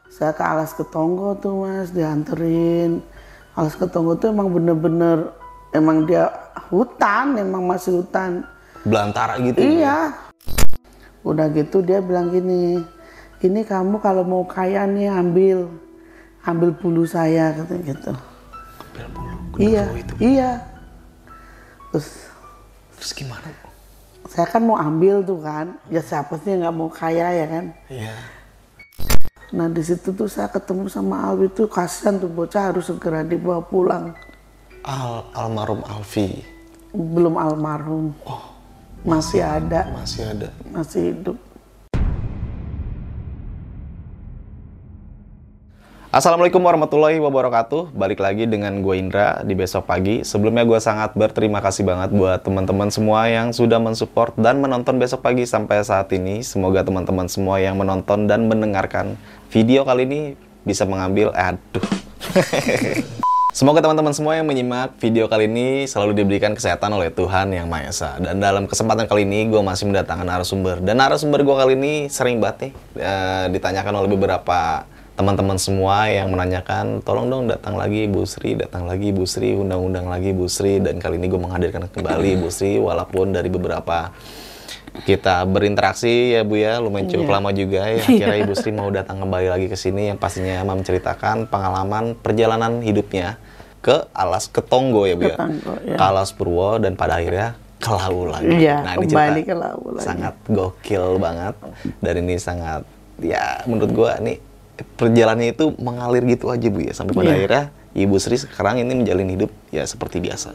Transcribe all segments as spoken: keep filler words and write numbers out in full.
Saya ke Alas Ketonggo tuh mas, dianterin. Alas Ketonggo tuh emang bener-bener, emang dia hutan, emang masih hutan. Belantara gitu? Iya. Ya? Udah gitu dia bilang gini, ini kamu kalau mau kaya nih ambil, ambil bulu saya, katanya gitu. Ambil bulu? Iya, itu? iya. Terus, Terus gimana? saya kan mau ambil tuh kan, ya siapa sih yang nggak mau kaya ya kan? Iya. Nah di situ tuh saya ketemu sama Alwi tuh, kasihan tuh bocah harus segera dibawa pulang. Al almarhum Alfi. Belum almarhum. Oh, masih, masih ada. Masih ada. Masih hidup. Assalamualaikum warahmatullahi wabarakatuh. Balik lagi dengan gue Indra di Besok Pagi. Sebelumnya gue sangat berterima kasih banget buat teman-teman semua yang sudah mensupport dan menonton Besok Pagi sampai saat ini. Semoga teman-teman semua yang menonton dan mendengarkan video kali ini bisa mengambil aduh. Semoga teman-teman semua yang menyimak video kali ini selalu diberikan kesehatan oleh Tuhan Yang Maha Esa. Dan dalam kesempatan kali ini gue masih mendatangkan narasumber. Dan narasumber gue kali ini sering banget nih uh, ditanyakan oleh beberapa teman-teman semua yang menanyakan, tolong dong datang lagi Bu Sri, datang lagi Bu Sri, undang-undang lagi Bu Sri. Dan kali ini gue menghadirkan kembali Bu Sri, walaupun dari beberapa kita berinteraksi ya Bu ya, lumayan cukup yeah. lama juga ya. Akhirnya Ibu Sri mau datang kembali lagi ke sini yang pastinya menceritakan pengalaman perjalanan hidupnya ke Alas Ketonggo ya Bu ya, ya. ke Alas Purwo dan pada akhirnya ke Lawu lagi. Iya, nah ini kembali cerita ke Lawu lagi. Sangat gokil banget dan ini sangat ya menurut gue nih perjalanannya itu mengalir gitu aja Bu ya, sampai pada yeah. akhirnya Ibu Sri sekarang ini menjalin hidup ya seperti biasa.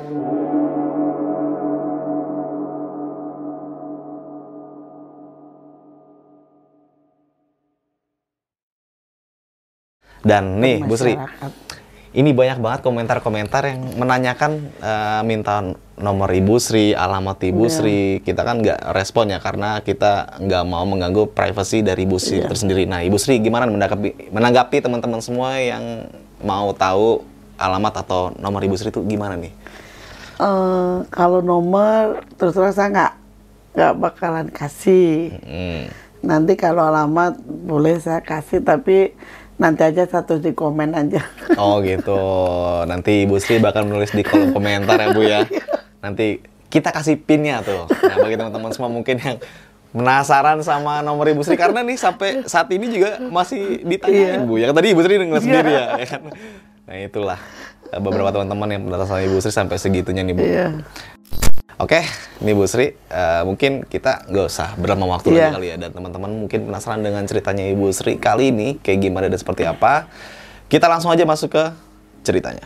Dan nih Bu Sri, ini banyak banget komentar-komentar yang menanyakan uh, minta nomor Ibu Sri, alamat Ibu yeah. Sri. Kita kan nggak respon ya karena kita nggak mau mengganggu privasi dari Ibu Sri yeah. tersendiri. Nah Ibu Sri gimana menanggapi, menanggapi teman-teman semua yang mau tahu alamat atau nomor Ibu Sri itu gimana nih? Uh, kalau nomor terus terang saya nggak nggak bakalan kasih. Hmm. Nanti kalau alamat boleh saya kasih tapi nanti aja satu di komen aja. Oh gitu. Nanti Ibu Sri bakal menulis di kolom komentar ya Bu ya. Nanti kita kasih pinnya tuh. Nah bagi teman-teman semua mungkin yang penasaran sama nomor Ibu Sri karena nih sampai saat ini juga masih ditanyain yeah. Bu. Yang tadi Ibu Sri dengar sendiri yeah. ya. Kan? Nah itulah beberapa teman-teman yang penasaran sama Ibu Sri sampai segitunya nih Bu. Yeah. Oke, nih Bu Sri, uh, mungkin kita nggak usah berlama waktu yeah. lagi kali ya. Dan teman-teman mungkin penasaran dengan ceritanya Ibu Sri kali ini, kayak gimana dan seperti apa. Kita langsung aja masuk ke ceritanya.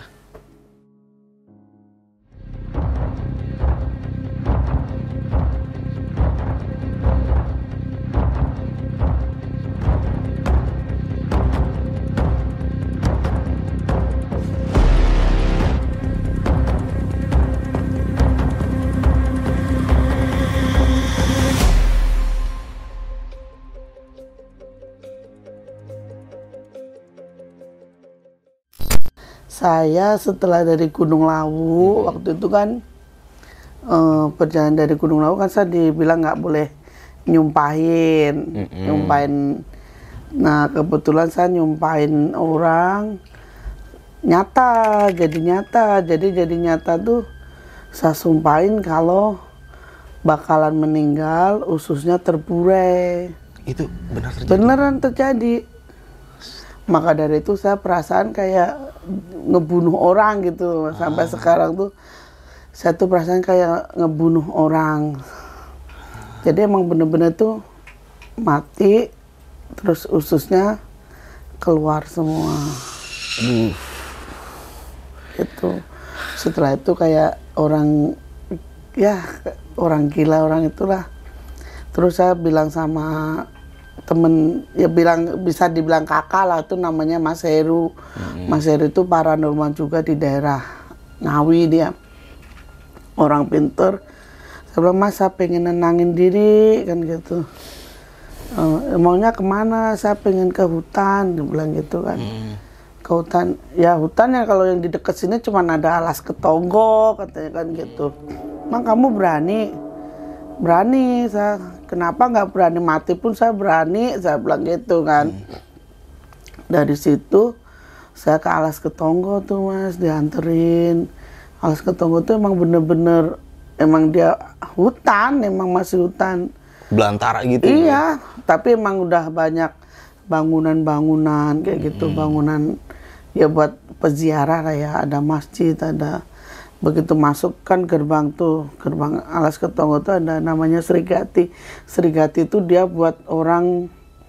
Saya setelah dari Gunung Lawu, hmm. waktu itu kan uh, perjalanan dari Gunung Lawu kan saya dibilang nggak boleh nyumpahin, hmm. nyumpahin. Nah kebetulan saya nyumpahin orang nyata, jadi nyata, jadi jadi nyata tuh saya sumpahin kalau bakalan meninggal, ususnya terburai. Itu benar terjadi? Beneran terjadi. Maka dari itu saya perasaan kayak ngebunuh orang gitu. Sampai ah. sekarang tuh saya tuh perasaan kayak ngebunuh orang. Jadi emang bener-bener tuh mati, terus ususnya keluar semua. Uh. Itu. Setelah itu kayak orang, ya orang gila, orang itulah. Terus saya bilang sama temen, ya bilang bisa dibilang kakak lah, itu namanya Mas Heru. Hmm. Mas Heru itu paranormal juga di daerah Ngawi, dia orang pinter. Saya bilang, Mas saya pengen nenangin diri kan gitu. E, maunya kemana? Saya pengen ke hutan, dia bilang gitu kan. Hmm. Ke hutan, ya hutan ya kalau yang di dekat sini cuma ada Alas Ketonggo katanya kan gitu. Emang kamu berani? Berani saya. Kenapa nggak berani, mati pun saya berani, saya bilang gitu kan. Hmm. Dari situ saya ke Alas Ketonggo tuh Mas, dianterin. Alas Ketonggo tuh emang bener-bener, emang dia hutan, emang masih hutan. Belantara gitu? Iya, ya? Tapi emang udah banyak bangunan-bangunan kayak gitu, hmm. bangunan ya buat peziarah kayak ada masjid, ada. Begitu masuk kan gerbang tuh, gerbang Alas Ketonggo tuh ada namanya Srigati. Srigati itu dia buat orang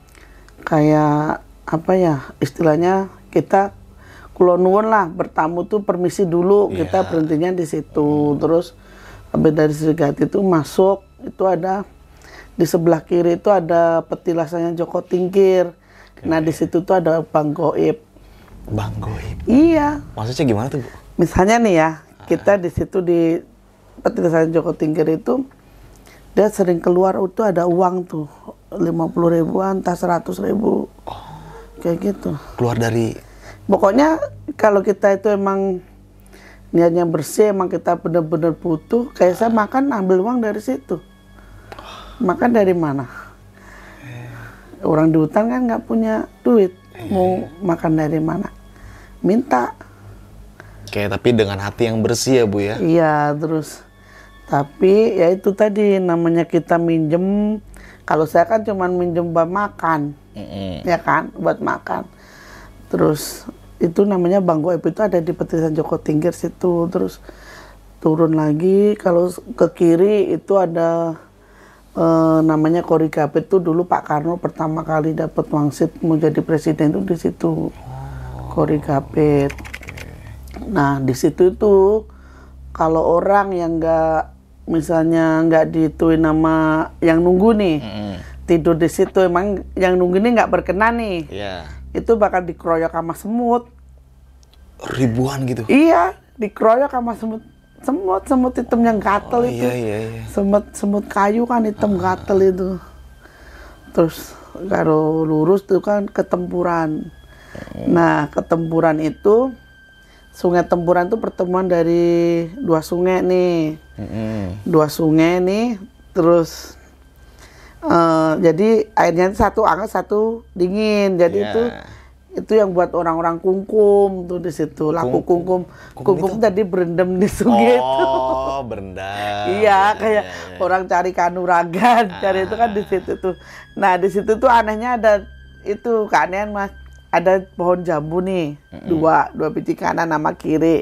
kayak apa ya, istilahnya kita kulo nuwun lah, bertamu tuh permisi dulu, yeah. Kita berhentinya di situ. Hmm. Terus habis dari Srigati itu masuk, itu ada di sebelah kiri itu ada petilasannya Joko Tingkir. Okay. Nah di situ tuh ada Bang Goib. Bang Goib? Iya. Maksudnya gimana tuh Bu? Misalnya nih ya, kita di situ di petilasannya Joko Tingkir itu dia sering keluar itu ada uang tuh lima puluh ribuan, tas seratus ribu. Oh. Kayak gitu. Keluar dari... Pokoknya kalau kita itu emang niatnya bersih, emang kita bener-bener butuh, kayak saya makan ambil uang dari situ. Makan dari mana? Orang di hutan kan nggak punya duit, mau makan dari mana? Minta. Oke, tapi dengan hati yang bersih ya Bu ya? Iya, terus. Tapi ya itu tadi namanya kita minjem. Kalau saya kan cuma minjem buat makan, mm-hmm. ya kan, buat makan. Terus itu namanya Bang Goib itu ada di petilasan Joko Tingkir situ. Terus turun lagi, kalau ke kiri itu ada eh, namanya Kori Gapit tuh dulu Pak Karno pertama kali dapat wangsit mau jadi presiden itu di situ. Oh. Kori Gapit. Nah di situ itu kalau orang yang nggak misalnya nggak dituin nama yang nunggu nih, mm-hmm. tidur di situ, emang yang nunggu ini nggak berkenan nih, yeah. Itu bakal dikeroyok sama semut. Ribuan gitu? Iya, dikeroyok sama semut, semut, semut hitam yang gatel oh, itu, iya, iya, iya. semut, semut kayu kan hitam ah. gatel itu. Terus kalau lurus tuh kan ketempuran. Mm. Nah ketempuran itu Sungai Tempuran itu pertemuan dari dua sungai nih, mm-hmm. dua sungai nih, terus uh, jadi airnya satu hangat satu dingin, jadi yeah. itu itu yang buat orang-orang kungkum tuh di situ, laku kungkum, kungkum, kungkum tadi berendam di sungai oh, itu. Oh, berendam. Iya, kayak ya, ya. Orang cari kanuragan, ah. cari itu kan di situ tuh. Nah di situ tuh anehnya ada itu keanehan Mas. Ada pohon jambu nih, mm-hmm. dua, dua biji kanan sama kiri.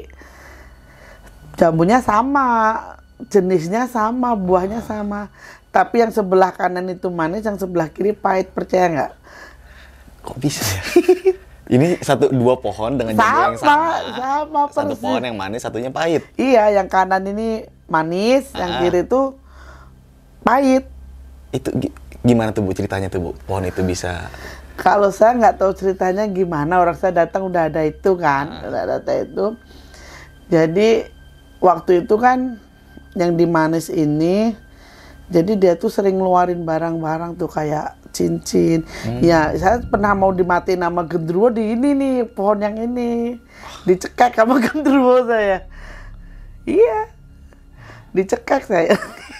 Jambunya sama, jenisnya sama, buahnya sama. Tapi yang sebelah kanan itu manis, yang sebelah kiri pahit, percaya nggak? Kok bisa ya? Ini satu dua pohon dengan jambu yang sama. Sama, persis. Satu pohon yang manis, satunya pahit. Iya, yang kanan ini manis, ah. yang kiri itu pahit. Itu gimana tuh Bu ceritanya tuh Bu? Pohon itu bisa... Kalau saya nggak tahu ceritanya gimana, orang saya datang udah ada itu kan, udah ada itu. Jadi waktu itu kan yang di manis ini, jadi dia tuh sering ngeluarin barang-barang tuh kayak cincin. Hmm. Ya saya pernah mau dimatiin sama genderuwo di ini nih, pohon yang ini, dicekek sama genderuwo saya. Iya, dicekek saya.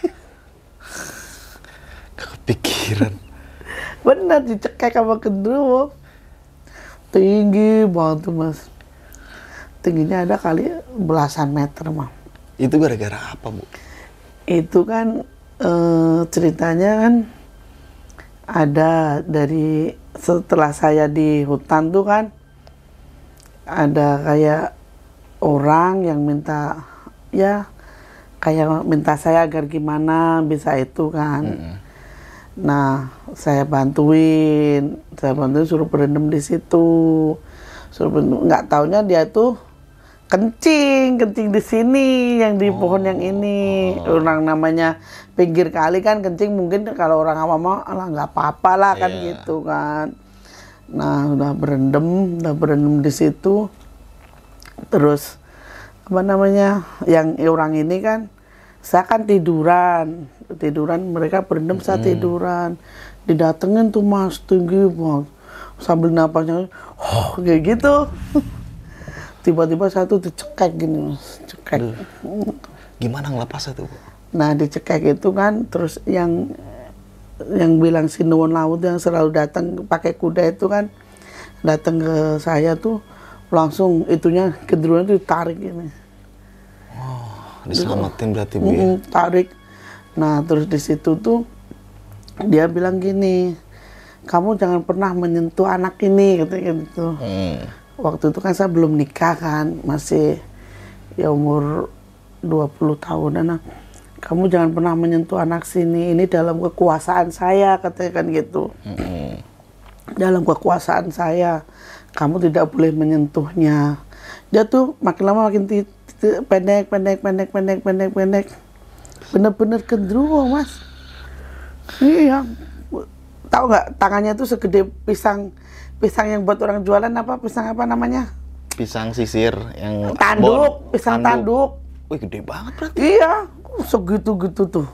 Kepikiran. Bener dicekek sama genderuwo. Tinggi banget tuh Mas. Tingginya ada kali belasan meter mah. Itu gara-gara apa Bu? Itu kan e, ceritanya kan ada dari setelah saya di hutan tuh kan ada kayak orang yang minta ya kayak minta saya agar gimana bisa itu kan. Mm-hmm. Nah, saya bantuin, saya bantuin suruh berendam di situ, suruh berendam. Nggak taunya dia tuh kencing, kencing di sini, yang di oh, pohon yang ini. Oh. Orang namanya pinggir kali kan kencing, mungkin kalau orang awam mah, alah nggak apa-apa lah kan yeah. gitu kan. Nah, udah berendam, udah berendam di situ. Terus apa namanya, yang orang ini kan, saya kan tiduran. tiduran mereka berendam hmm. saat tiduran, didatengin tuh Mas tinggi banget sambil napasnya oh kayak gitu. Tiba-tiba satu dicekek gini Mas, cekek. Duh. Gimana ngelepas itu? Nah dicekek itu kan, terus yang yang bilang Sinuwun Laut yang selalu datang pakai kuda itu kan datang ke saya tuh langsung itunya gendruwonya tuh ditarik ini. Oh, diselamatin berarti Bu ya? Tarik. Nah terus di situ tuh dia bilang gini, kamu jangan pernah menyentuh anak ini katanya gitu. Hmm. Waktu itu kan saya belum nikah kan, masih ya umur dua puluh tahunan. Kamu jangan pernah menyentuh anak sini, ini dalam kekuasaan saya katanya kan gitu. Hmm. Dalam kekuasaan saya, kamu tidak boleh menyentuhnya. Dia tuh makin lama makin t- t- pendek, pendek, pendek, pendek, pendek, pendek. Bener-bener gendruwo mas. Iya. Tahu nggak tangannya tuh segede pisang, pisang yang buat orang jualan apa? Pisang apa namanya? Pisang sisir yang tanduk, pisang tanduk. tanduk. Wih gede banget berarti. Iya, segitu-gitu tuh.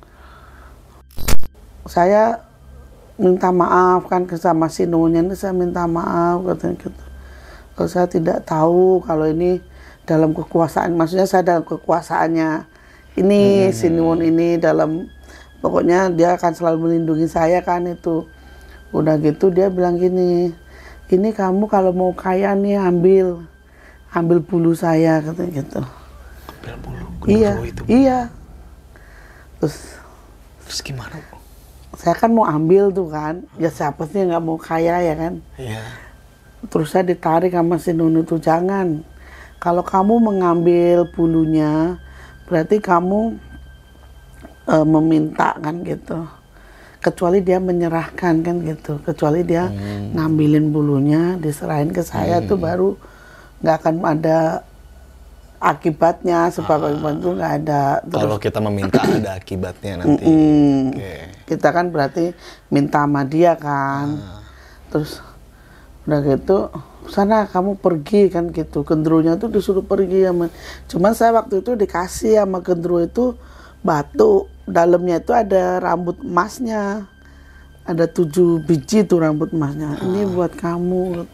Saya minta maaf kan ke sama si Nunya, saya minta maaf katanya gitu. Kalau saya tidak tahu kalau ini dalam kekuasaan, maksudnya saya dalam kekuasaannya ini hmm. si Nun ini dalam, pokoknya dia akan selalu melindungi saya kan itu. Udah gitu dia bilang gini, ini kamu kalau mau kaya nih ambil ambil bulu saya katanya gitu. Ambil bulu? Iya, itu. iya. Terus terus gimana? Saya kan mau ambil tuh kan, ya siapa sih yang nggak mau kaya ya kan? Iya. Terus saya ditarik sama si Nunu tuh, jangan. Kalau kamu mengambil bulunya, berarti kamu e, meminta kan gitu. Kecuali dia menyerahkan kan gitu. Kecuali dia hmm. ngambilin bulunya, diserahin ke saya hmm. tuh baru nggak akan ada akibatnya, sebab ah. akibat itu nggak ada. Terus, kalau kita meminta ada akibatnya nanti. Okay. Kita kan berarti minta sama dia kan. Ah. Terus udah gitu, sana kamu pergi kan gitu. Gendruwonya tuh disuruh pergi sama. Cuman saya waktu itu dikasih sama gendruwo itu batu. Dalamnya itu ada rambut emasnya. Ada tujuh biji tuh rambut emasnya. Ah. Ini buat kamu.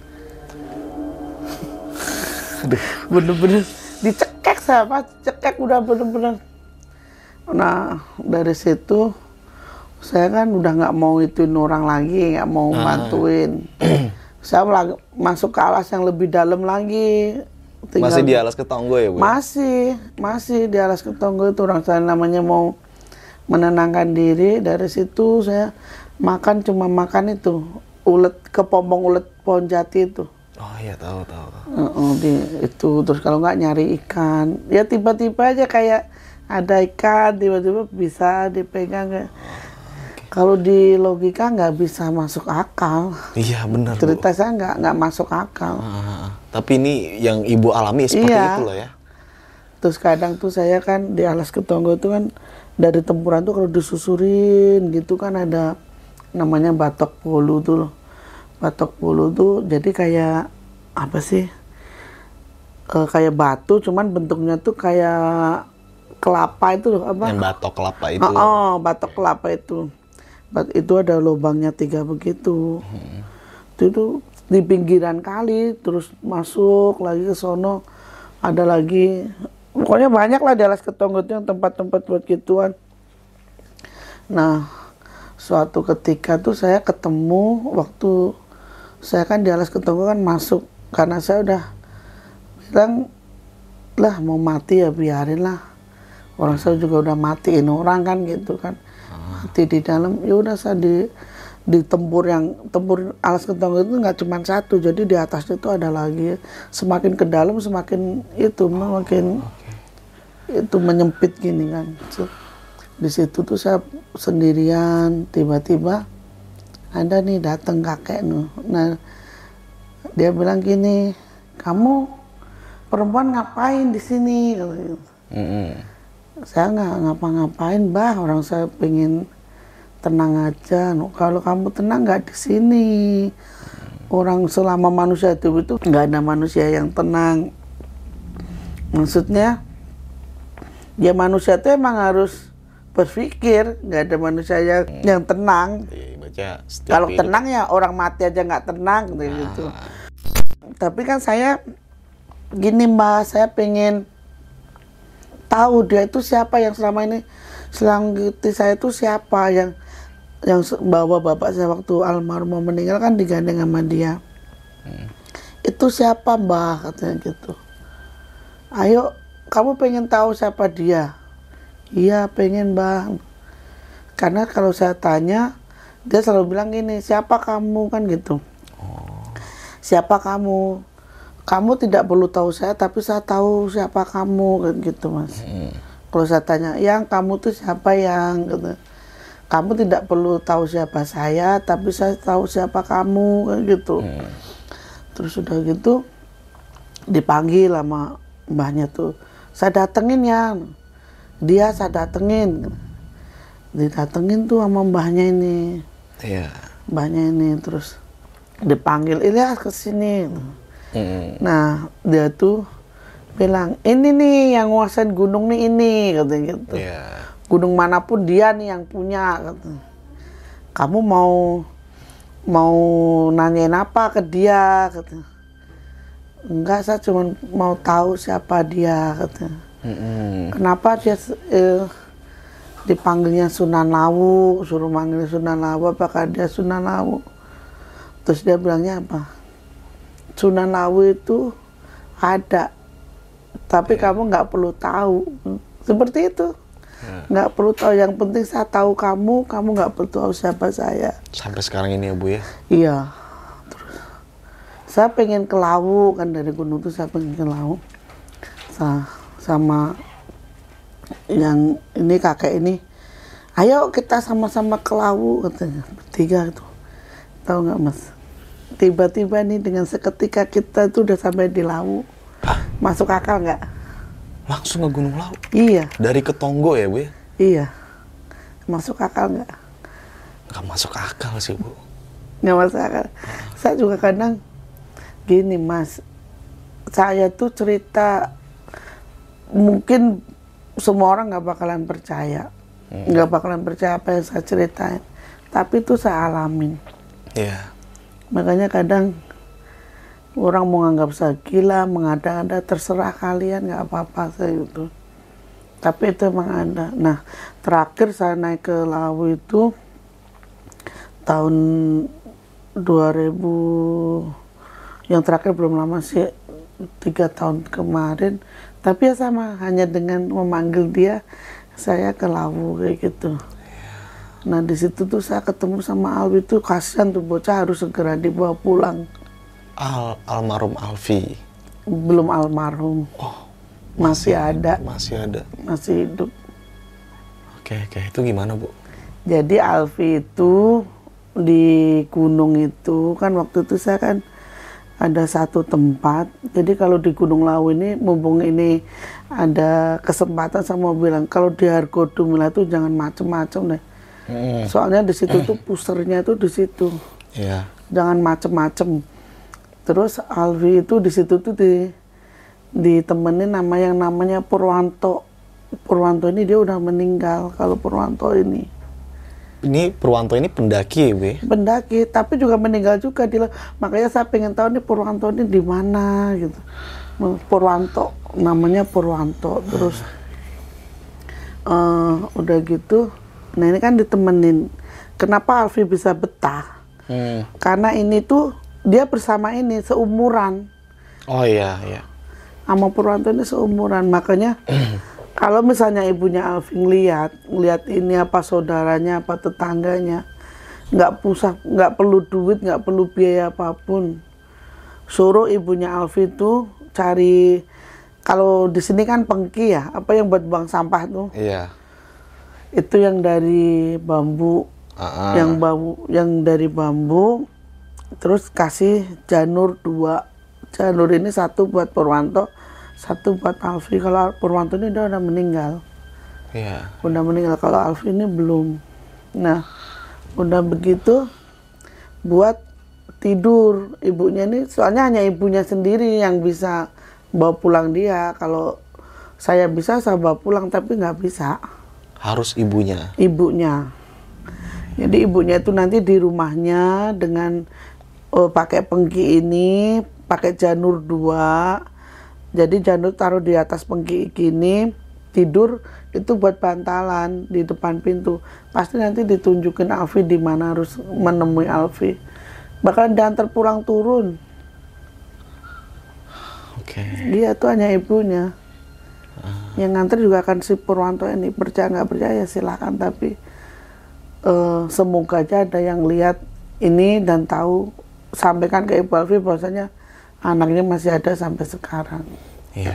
Bener-bener dicekek saya, Pak. Cekek udah bener-bener. Nah dari situ saya kan udah nggak mau ituin orang lagi, nggak mau bantuin. Ah. Saya masuk ke alas yang lebih dalam lagi. Tinggal masih di alas Ketonggo ya Bu? Masih, masih di alas Ketonggo itu. Orang saya namanya mau menenangkan diri. Dari situ saya makan cuma makan itu ulet, kepompong ulet pohon jati itu. Oh iya tahu tahu. Uh, di itu terus kalau nggak nyari ikan, ya tiba-tiba aja kayak ada ikan tiba-tiba bisa dipegang. Kayak. Kalau di logika nggak bisa masuk akal. Iya benar. Cerita Bu. Saya nggak nggak masuk akal. Ah, tapi ini yang Ibu alami seperti iya. itu loh ya. Terus kadang tuh saya kan di alas Ketonggo itu kan dari tempuran tuh kalau disusurin gitu kan ada namanya batok polu tuh loh. Batok polu tuh jadi kayak apa sih? E, kayak batu cuman bentuknya tuh kayak kelapa itu loh apa? Yang batok kelapa itu. Oh, oh batok kelapa itu. Itu ada lubangnya tiga begitu. Hmm. Itu tuh di pinggiran kali terus masuk lagi ke sono ada lagi. Pokoknya banyak lah di alas Ketonggo itu yang tempat-tempat buat gituan. Nah, suatu ketika tuh saya ketemu waktu saya kan di alas Ketonggo kan masuk karena saya udah bilang lah mau mati ya biarin lah. Orang saya juga udah matiin orang kan gitu kan. Mati di dalam, ya udah saya di di tempur yang tempur alas Ketonggo itu nggak cuma satu, jadi di atasnya itu ada lagi. Semakin ke dalam semakin itu makin okay. itu menyempit gini kan. So, di situ tuh saya sendirian, tiba-tiba ada nih datang kakek nuh. Nah dia bilang gini, kamu perempuan ngapain di sini? Mm-hmm. Saya nggak ngapa-ngapain, bah. Orang saya pengen tenang aja. No, kalau kamu tenang nggak di sini. Orang selama manusia itu itu nggak ada manusia yang tenang. Maksudnya, ya manusia itu emang harus berpikir. Nggak ada manusia yang, hmm. yang tenang. Kalau tenang ya orang mati aja nggak tenang gitu. Ah. Tapi kan saya gini mbak, saya pengen tahu dia itu siapa yang selama ini selangiti saya itu siapa yang yang bawa bapak saya waktu almarhum meninggal kan digandeng sama dia. Hmm. Itu siapa mbah, katanya gitu. Ayo, kamu pengen tahu siapa dia? Iya pengen mbah. Karena kalau saya tanya, dia selalu bilang gini, siapa kamu, kan gitu. Oh. Siapa kamu? Kamu tidak perlu tahu saya, tapi saya tahu siapa kamu, kan gitu mas. Hmm. Kalau saya tanya, yang kamu tuh siapa yang? Gitu. Kamu tidak perlu tahu siapa saya, tapi saya tahu siapa kamu, kan gitu. Hmm. Terus udah gitu, dipanggil sama mbahnya tuh, saya datengin ya. Dia saya datengin. Didatengin tuh sama mbahnya ini. Iya. Mbahnya ini, terus dipanggil, Ilyas kesini. Hmm. Nah, dia tuh bilang, ini nih yang nguasain gunung nih ini, katanya gitu. Iya. Gunung manapun dia nih yang punya, katanya. Kamu mau mau nanyain apa ke dia, katanya. Enggak, saya cuma mau tahu siapa dia, katanya. Hmm. Kenapa dia eh, dipanggilnya Sunan Lawu, suruh manggil Sunan Lawu, apakah dia Sunan Lawu? Terus dia bilangnya apa? Sunan Lawu itu ada, tapi yeah. kamu nggak perlu tahu. Seperti itu. Nggak yeah. perlu tahu, yang penting saya tahu kamu, kamu nggak perlu tahu siapa saya. Sampai sekarang ini ya Bu ya? Iya. Terus saya pengen ke Lawu, kan dari gunung itu saya pengen ke Lawu. Sa sama yang ini kakek ini, ayo kita sama-sama ke Lawu, katanya, bertiga itu. Tahu nggak mas? Tiba-tiba nih dengan seketika kita tuh udah sampai di Lawu. Hah? Masuk akal nggak? Langsung ke Gunung Lawu? Iya. Dari Ketonggo ya Bu ya? Iya. Masuk akal nggak? Nggak masuk akal sih Bu. Nggak masuk akal. Saya juga kadang gini mas, saya tuh cerita mungkin semua orang nggak bakalan percaya, nggak hmm. bakalan percaya apa yang saya ceritain, tapi itu saya alamin. Iya. Yeah. Makanya kadang orang mau nganggap saya gila, mengada-ada, terserah kalian, nggak apa-apa saya itu. Tapi itu emang ada. Nah, terakhir saya naik ke Lawu itu tahun dua ribu, yang terakhir belum lama sih, tiga tahun kemarin. Tapi ya sama, hanya dengan memanggil dia, saya ke Lawu kayak gitu. Nah di situ tuh saya ketemu sama Alwi, tuh kasihan tuh bocah, harus segera dibawa pulang. Al almarhum Alfi? Belum almarhum. Oh, masih, masih ada. Masih ada. Masih hidup. Oke oke, itu gimana Bu? Jadi Alfi itu di gunung itu kan waktu itu saya kan ada satu tempat. Jadi kalau di Gunung Lawu ini, mumpung ini ada kesempatan, saya mau bilang kalau di Hargodumila itu jangan macem-macem deh. Hmm. Soalnya di situ tuh pusernya tuh di situ. Yeah. Jangan macem-macem. Terus Alfi itu di situ tuh di ditemenin nama yang namanya Purwanto. Purwanto ini dia udah meninggal. Kalau Purwanto ini. Ini Purwanto ini pendaki, Bu? Pendaki, tapi juga meninggal juga dia. Makanya saya pengen tahu nih Purwanto ini di mana gitu. Purwanto, namanya Purwanto. Terus uh, udah gitu. Nah ini kan ditemenin. Kenapa Alfi bisa betah? Hmm. Karena ini tuh dia bersama ini seumuran. Oh iya iya. Sama Purwanto ini seumuran, makanya kalau misalnya ibunya Alfi ngeliat, ngeliat ini apa saudaranya, apa tetangganya, nggak pusat, nggak perlu duit, nggak perlu biaya apapun, suruh ibunya Alfi tuh cari. Kalau di sini kan pengki ya, apa yang buat buang sampah tuh? Iya. Itu yang dari bambu, uh-uh. yang bambu, yang dari bambu, terus kasih janur dua. Janur ini satu buat Purwanto, satu buat Alfi. Kalau Purwanto ini udah, udah meninggal. Iya. Udah meninggal. Kalau Alfi ini belum. Nah, udah begitu buat tidur ibunya ini. Soalnya hanya ibunya sendiri yang bisa bawa pulang dia. Kalau saya bisa, saya bawa pulang, tapi nggak bisa. Harus ibunya. Ibunya. Jadi ibunya itu nanti di rumahnya dengan oh, pakai pengki ini, pakai janur dua. Jadi janur taruh di atas pengki gini, tidur itu buat bantalan di depan pintu. Pasti nanti ditunjukin Alfi di mana harus menemui Alfi. Bakalan diantar pulang turun. Oke. Dia tuh hanya ibunya. Ah. Yang nganter juga akan si Purwanto ini. Percaya nggak percaya silakan, tapi uh, semoga aja ada yang lihat ini dan tahu, sampaikan ke Ibu Alfi bahwasanya anaknya masih ada sampai sekarang. Iya.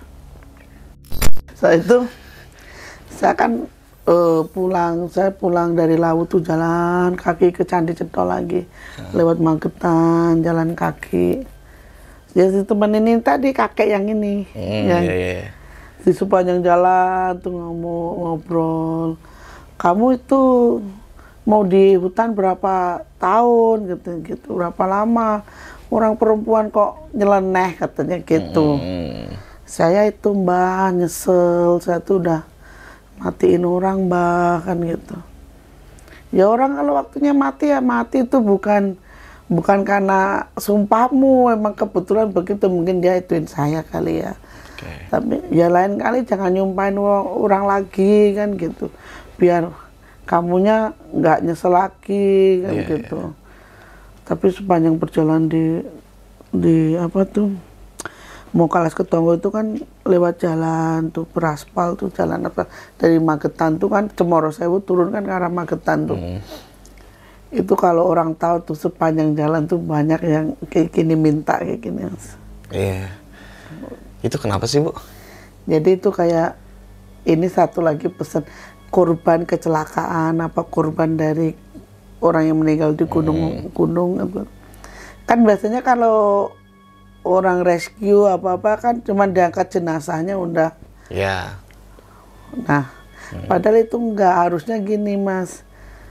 Setelah itu saya kan uh, pulang, saya pulang dari Lawu tuh jalan kaki ke Candi Cetro lagi, hmm. lewat Magetan, jalan kaki. Jadi teman ini tadi kakek yang ini, hmm, yang iya, iya. di sepanjang jalan tuh ngomong ngobrol. Kamu itu mau di hutan berapa tahun gitu gitu, berapa lama? Orang perempuan kok nyeleneh katanya gitu. Hmm. Saya itu mbah nyesel, saya tuh udah matiin orang mbah kan gitu. Ya orang kalau waktunya mati ya mati itu bukan bukan karena sumpahmu, emang kebetulan begitu, mungkin dia ituin saya kali ya. Okay. Tapi ya lain kali jangan nyumpahin orang lagi kan gitu, biar kamunya nggak nyesel lagi kan yeah, gitu. Yeah. Tapi sepanjang perjalanan di di apa tuh mau Kalas Ketonggo itu kan lewat jalan tuh beraspal tuh, jalan apa dari Magetan tuh kan Cemoro Sewu turun kan ke arah Magetan tuh. Mm. Itu kalau orang tahu tuh sepanjang jalan tuh banyak yang kayak gini minta kayak gini. Iya. Yeah. Itu kenapa sih, Bu? Jadi itu kayak ini satu lagi pesan, korban kecelakaan apa korban dari orang yang meninggal di gunung hmm. gunung apa. Kan biasanya kalau orang rescue apa-apa kan cuma diangkat jenazahnya udah. Ya. Yeah. Nah, hmm. padahal itu enggak, harusnya gini, Mas.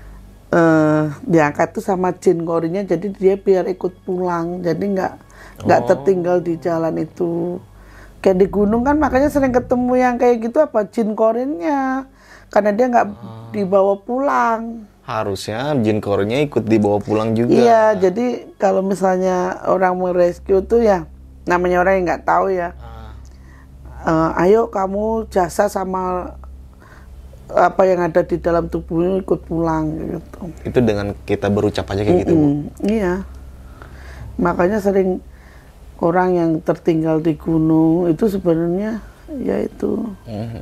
Uh, diangkat tuh sama jin korinya, jadi dia biar ikut pulang, jadi nggak nggak oh. tertinggal di jalan itu. Kayak di gunung kan makanya sering ketemu yang kayak gitu apa jin korinnya, karena dia nggak oh. dibawa pulang. Harusnya jin korinnya ikut dibawa pulang juga. Iya, jadi kalau misalnya orang merescue tuh ya namanya orang yang nggak tahu ya, uh, ayo kamu jasa sama apa yang ada di dalam tubuhnya ikut pulang gitu. Itu dengan kita berucap aja kayak mm-mm, gitu, Bu? Iya. Makanya sering orang yang tertinggal di gunung itu sebenarnya ya itu. Mm-hmm.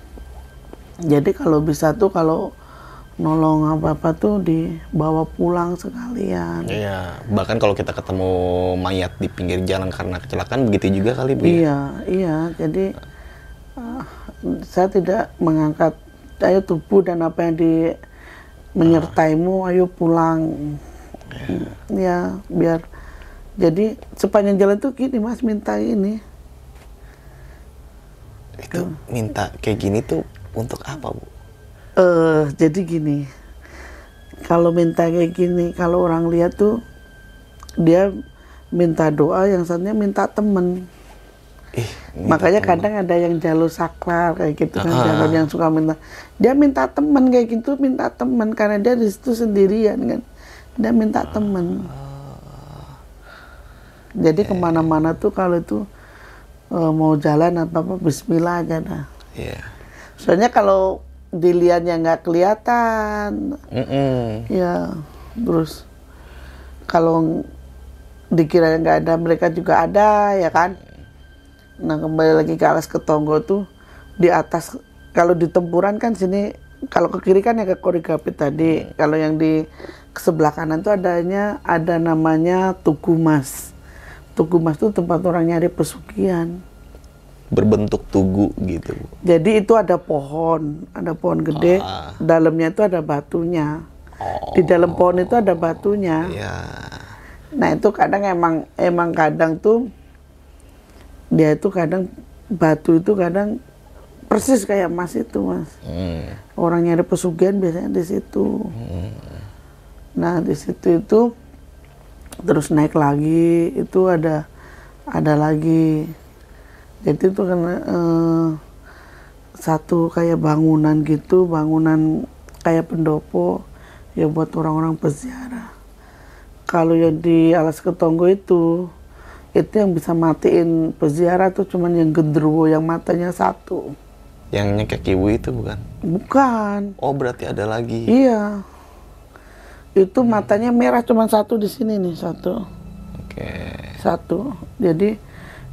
Jadi kalau bisa tuh kalau nolong apa-apa tuh dibawa pulang sekalian. Iya, bahkan kalau kita ketemu mayat di pinggir jalan karena kecelakaan begitu juga kali, Bu? Iya, iya. Jadi uh, saya tidak mengangkat ayo tubuh dan apa yang di menyertaimu, ayo pulang. Ya, ya biar jadi sepanjang jalan tuh gini, Mas, minta ini. Itu tuh. Minta kayak gini tuh untuk apa, Bu? Eh, uh, jadi gini. Kalau minta kayak gini, kalau orang lihat tuh dia minta doa, yang satunya minta temen. Ih, makanya temen. Kadang ada yang jalur saklar kayak gitu kan, jalur yang suka minta, dia minta temen kayak gitu, minta temen karena dia di situ sendirian kan, dia minta temen. Jadi kemana-mana tuh kalau itu uh, mau jalan apa apa Bismillah aja dah. Yeah. Soalnya kalau dilihatnya nggak kelihatan, mm-mm. ya terus kalau dikira nggak ada mereka juga ada ya kan. Nah kembali lagi ke Kalas Ketonggo tuh di atas, kalau di tempuran kan sini, kalau ke kiri kan ya ke Korigapit tadi, hmm. kalau yang di sebelah kanan tuh adanya ada namanya Tugu Mas. Tugu Mas tuh tempat orang nyari pesugihan. Berbentuk tugu gitu. Jadi itu ada pohon, ada pohon gede, ah. dalamnya itu ada batunya. Oh. Di dalam pohon itu ada batunya. Yeah. Nah itu kadang emang emang kadang tuh dia itu kadang batu itu kadang persis kayak emas itu, Mas. Hmm. Orang nyari pesugihan biasanya di situ. Hmm. Nah di situ itu terus naik lagi itu ada ada lagi. Jadi itu kan eh, satu kayak bangunan gitu, bangunan kayak pendopo ya buat orang-orang peziarah. Kalau yang di Kalas Ketonggo itu itu yang bisa matiin peziarah tuh cuman yang gendruwo yang matanya satu. Yang nyekek ibu itu bukan? Bukan. Oh berarti ada lagi. Iya. Itu hmm. matanya merah cuman satu di sini nih, satu. Oke. Okay. Satu. Jadi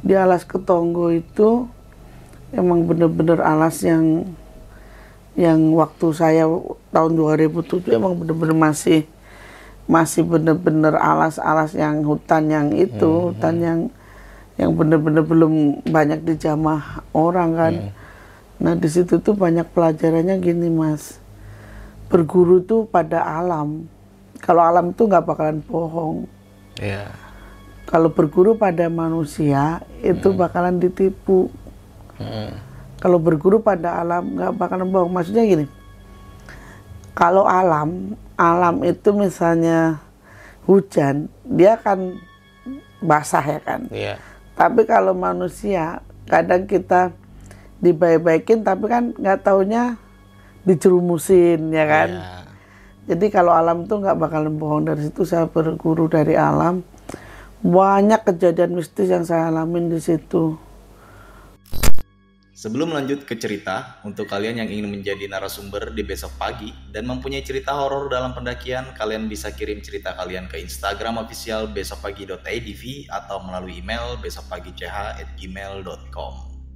di Alas Ketonggo itu emang bener-bener alas yang yang waktu saya tahun dua ribu tujuh emang bener-bener masih masih bener-bener alas-alas yang hutan yang itu, hmm. hutan yang yang bener-bener belum banyak dijamah orang kan. Hmm. Nah di situ tuh banyak pelajarannya gini Mas, berguru tuh pada alam. Kalau alam tuh nggak bakalan bohong. Yeah. Kalau berguru pada manusia itu hmm. bakalan ditipu. Hmm. Kalau berguru pada alam nggak bakalan bohong. Maksudnya gini, kalau alam alam itu misalnya hujan, dia akan basah ya kan. Yeah. Tapi kalau manusia kadang kita dibaik-baikin tapi kan nggak taunya dijerumusin ya kan. Yeah. Jadi kalau alam tuh nggak bakalan bohong. Dari situ saya berguru dari alam. Banyak kejadian mistis yang saya alamin di situ. Sebelum lanjut ke cerita, untuk kalian yang ingin menjadi narasumber di Besok Pagi dan mempunyai cerita horor dalam pendakian, kalian bisa kirim cerita kalian ke Instagram official besokpagi dot a d v atau melalui email besokpagi.ch at gmail dot com.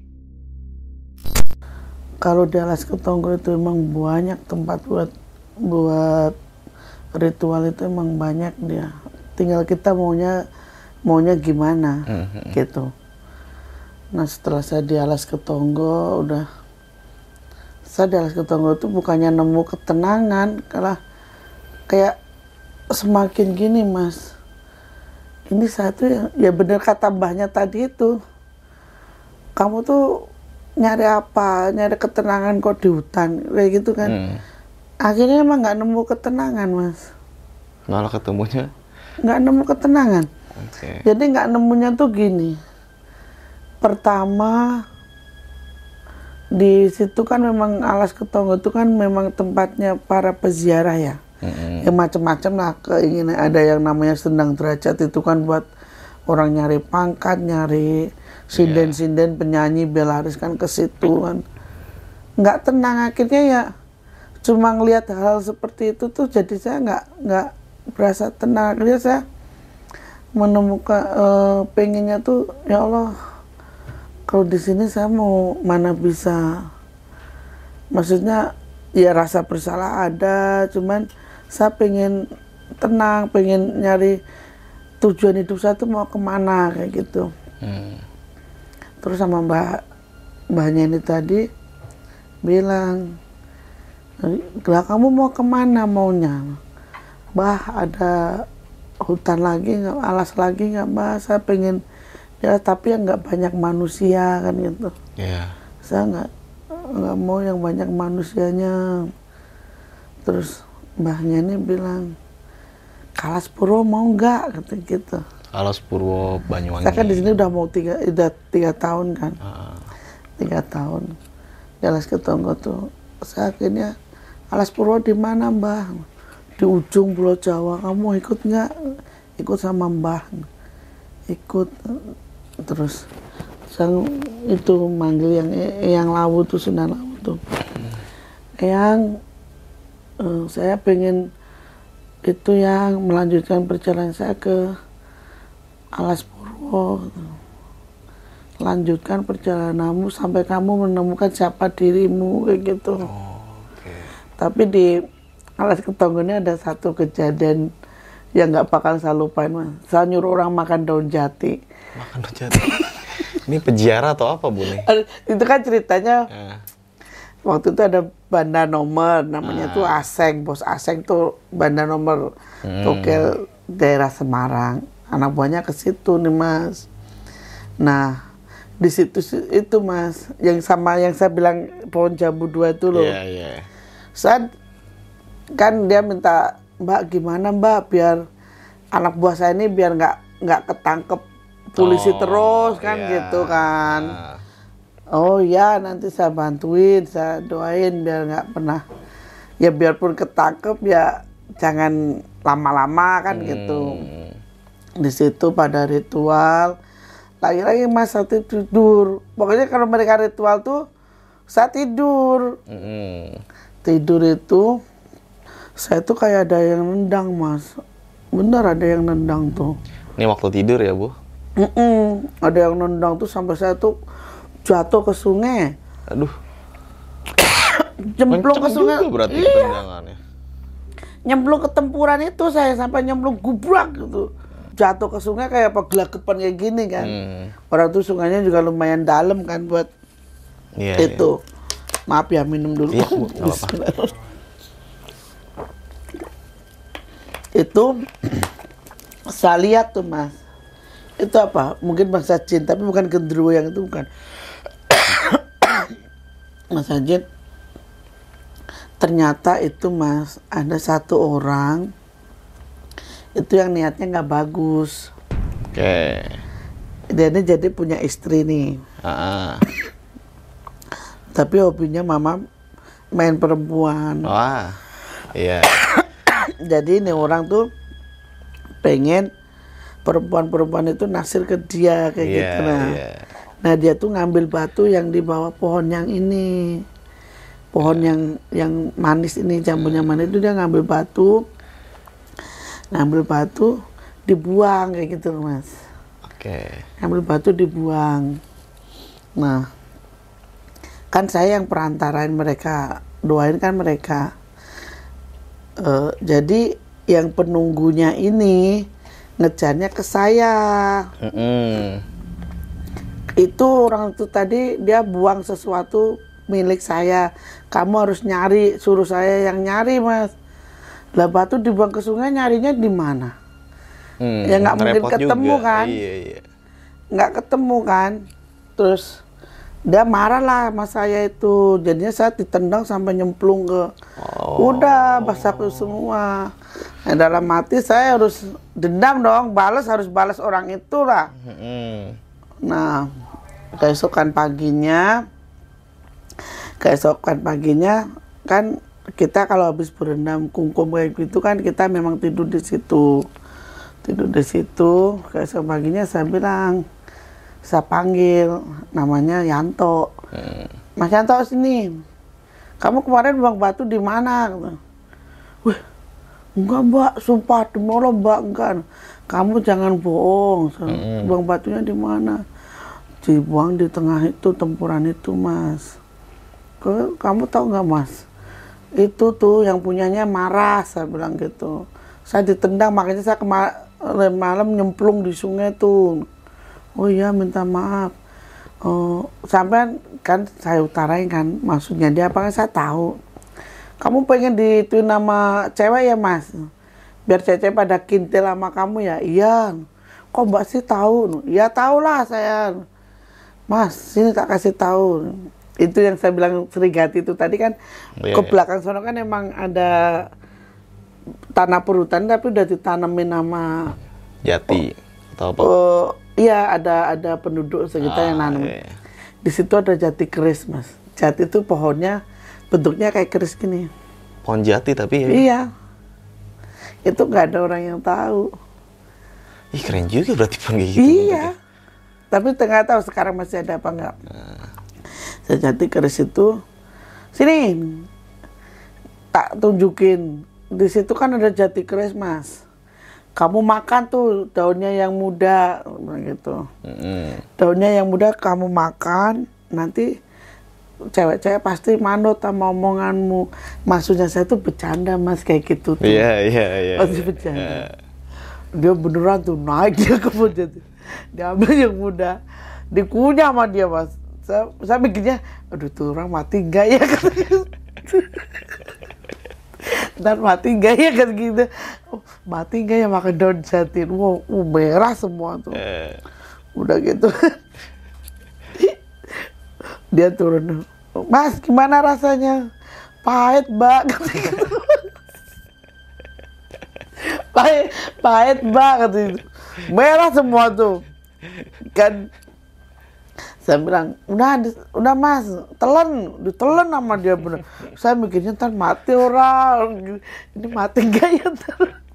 Kalau di Alas Ketonggo itu emang banyak tempat buat buat ritual, itu emang banyak dia. Tinggal kita maunya maunya gimana mm-hmm. gitu. Nah setelah saya di Alas Ketonggo, udah saya di Alas Ketonggo itu bukannya nemu ketenangan, kalah kayak semakin gini Mas. Ini satu ya, ya benar kata mbahnya tadi itu. Kamu tuh nyari apa? Nyari ketenangan kok di hutan kayak gitu kan. Hmm. Akhirnya emang nggak nemu ketenangan Mas. Malah ketemunya? Nggak nemu ketenangan. Okay. Jadi nggak nemunya tuh gini. Pertama di situ kan memang Alas Ketonggo itu kan memang tempatnya para peziarah ya. Mm-hmm. Ya macam-macam lah keinginan, ada yang namanya Sendang Derajat itu kan buat orang nyari pangkat, nyari sinden-sinden, penyanyi belaris kan ke situ kan. Nggak tenang, akhirnya ya cuma ngelihat hal seperti itu tuh jadi saya nggak nggak berasa tenang. Akhirnya saya menemukan uh, pengennya tuh ya Allah, kalau di sini saya mau mana bisa, maksudnya ya rasa bersalah ada, cuman saya pengen tenang, pengen nyari tujuan hidup saya tuh mau kemana kayak gitu. Hmm. Terus sama mbak mbahnya ini tadi bilang, lah kamu mau kemana maunya? Bah ada hutan lagi nggak, alas lagi nggak bah? Saya pengen ya tapi yang nggak banyak manusia kan gitu. Yeah. Saya nggak nggak mau yang banyak manusianya. Terus mbahnya ini bilang, Alas Purwo mau nggak kata gitu. Alas Purwo Banyuwangi. Saya kan di sini udah mau tiga udah tiga tahun kan. Uh. Tiga tahun di Alas Ketonggo tuh. Saya akhirnya, Alas Purwo di mana mbah? Di ujung Pulau Jawa. Kamu ikut nggak? Ikut sama mbah. Ikut. Terus saya itu manggil yang yang Lawu tuh, Sunan Lawu tuh. Yang uh, saya pengen itu yang melanjutkan perjalanan saya ke Alas Purwo. Lanjutkan perjalananmu sampai kamu menemukan siapa dirimu kayak gitu. Oh, okay. Tapi di Alas Ketonggo ini ada satu kejadian yang nggak bakal saya lupain Mas. Saya nyuruh orang makan daun jati. Makan daun jati? Ini peziarah atau apa Bu nih? Itu kan ceritanya ya. Waktu itu ada banda nomor namanya ah. tuh Aseng, bos Aseng tuh banda nomor hmm. Tokel daerah Semarang. Anak buahnya ke situ nih Mas. Nah di situ itu Mas, yang sama yang saya bilang pohon jambu dua itu loh. Yeah, yeah. Saya kan dia minta, Mbak gimana Mbak biar anak buah saya ini biar nggak nggak ketangkep polisi oh, terus kan yeah. gitu kan. Uh. Oh ya nanti saya bantuin, saya doain biar nggak pernah, ya biarpun ketangkep ya jangan lama-lama kan hmm. gitu. Di situ pada ritual, lagi-lagi Mas saya tidur. Pokoknya kalau mereka ritual tuh saya tidur. Hmm. Tidur itu saya tuh kayak ada yang nendang Mas. Bener ada yang nendang tuh. Ini waktu tidur ya Bu? Mm-mm. Ada yang nendang tuh sampai saya tuh jatuh ke sungai. Aduh. Nyemplung ke Kenceng sungai. juga berarti Iya. tendangannya. Nyemplung ke tempuran itu saya sampai nyemplung gubrak gitu. Jatuh ke sungai kayak apa gelagapan kayak gini kan. Hmm. Orang tuh sungainya juga lumayan dalam kan buat Iya, itu. Maaf ya minum dulu. Iya, Bu, nggak apa-apa. Bismillah. Itu saya lihat tuh Mas. Itu apa? Mungkin bangsa jin, tapi bukan genderuwo yang itu bukan. Mas Jin. Ternyata itu Mas, ada satu orang itu yang niatnya nggak bagus. Oke. Dia ini jadi punya istri nih. Ah. Tapi hobinya mama main perempuan. Wah. Iya. Jadi ini orang tuh pengen perempuan-perempuan itu naksir ke dia kayak Iya, gitu nah. iya. Nah dia tuh ngambil batu yang di bawah pohon yang ini, pohon yang yang manis ini, jambunya manis itu dia ngambil batu, ngambil batu dibuang kayak gitu Mas. Oke. Ngambil batu dibuang. Nah kan saya yang perantarain mereka, doain kan mereka. Uh, jadi yang penunggunya ini ngejarnya ke saya. Mm-mm. Itu orang itu tadi dia buang sesuatu milik saya. Kamu harus nyari, suruh saya yang nyari Mas. Lah batu dibuang ke sungai nyarinya di mana? Hmm, Ya nggak mungkin repot ketemu juga. kan? Iya, iya. Nggak ketemu kan? Terus dia marah lah sama saya itu. Jadinya saya ditendang sampai nyemplung ke. Oh. Udah basah semua. Nah, dalam hati saya harus dendam dong, balas harus balas orang itu lah. Mm-mm. Nah, keesokan paginya, keesokan paginya kan kita kalau habis berendam kungkum kayak gitu kan kita memang tidur di situ, tidur di situ. Keesokan paginya saya bilang, saya panggil, namanya Yanto. Hmm. Mas Yanto sini, kamu kemarin buang batu di mana? Wih, enggak Mbak, sumpah demi Allah Mbak, enggak. Kamu jangan bohong. Mm-hmm. Buang batunya di mana? Dibuang di tengah itu tempuran itu Mas. Kamu tahu nggak Mas? Itu tuh yang punyanya marah, saya bilang gitu. Saya ditendang makanya saya kemarin malam nyemplung di sungai tuh. Oh iya minta maaf. Oh, sampai kan saya utarain kan maksudnya dia apa kan saya tahu. Kamu pengen dituin nama cewek ya Mas? Biar cewek pada kintil sama kamu ya? Iya. Kok Mbak sih tahu? Ya tahulah saya. Mas, sini tak kasih tahu. Itu yang saya bilang Serigati itu tadi kan yeah, ke belakang sono kan emang ada tanah perhutanan tapi udah ditanemin nama Jati atau apa? Oh, iya ada ada penduduk sekitar Ah, yang nanam. iya. Di situ ada jati keris Mas. Jati itu pohonnya bentuknya kayak keris gini. Pohon jati tapi ya. Iya. Itu nggak ada orang yang tahu. Ih keren juga berarti pohon kayak gitu. Iya. Tapi nggak tahu sekarang masih ada apa nggak. Nah. Saya jati keris itu. Sini. Tak tunjukin. Di situ kan ada jati keris Mas. Kamu makan tuh daunnya yang muda gitu. Mm-mm. Daunnya yang muda kamu makan, nanti cewek-cewek pasti manut sama omonganmu. Maksudnya saya tuh bercanda Mas kayak gitu tuh. Iya iya iya. Masih bercanda. Dia beneran tuh naik dia ke pohon jati. Dia ambil yang muda, dikunyah sama dia Mas. Saya, saya mikirnya, aduh tuh orang mati enggak ya? Dan mati enggak ya kan gitu. Oh, mati enggak ya makan daun jati. Wow, uh, merah semua tuh. Eh. Udah gitu. Dia turun. Mas, gimana rasanya? Pahit, Mbak. pahit, pahit, Mbak. Merah semua tuh. Kan saya bilang, udah, udah Mas, telan, ditelan sama dia bener. Saya mikirnya ntar mati orang, ini mati enggak ya ntar.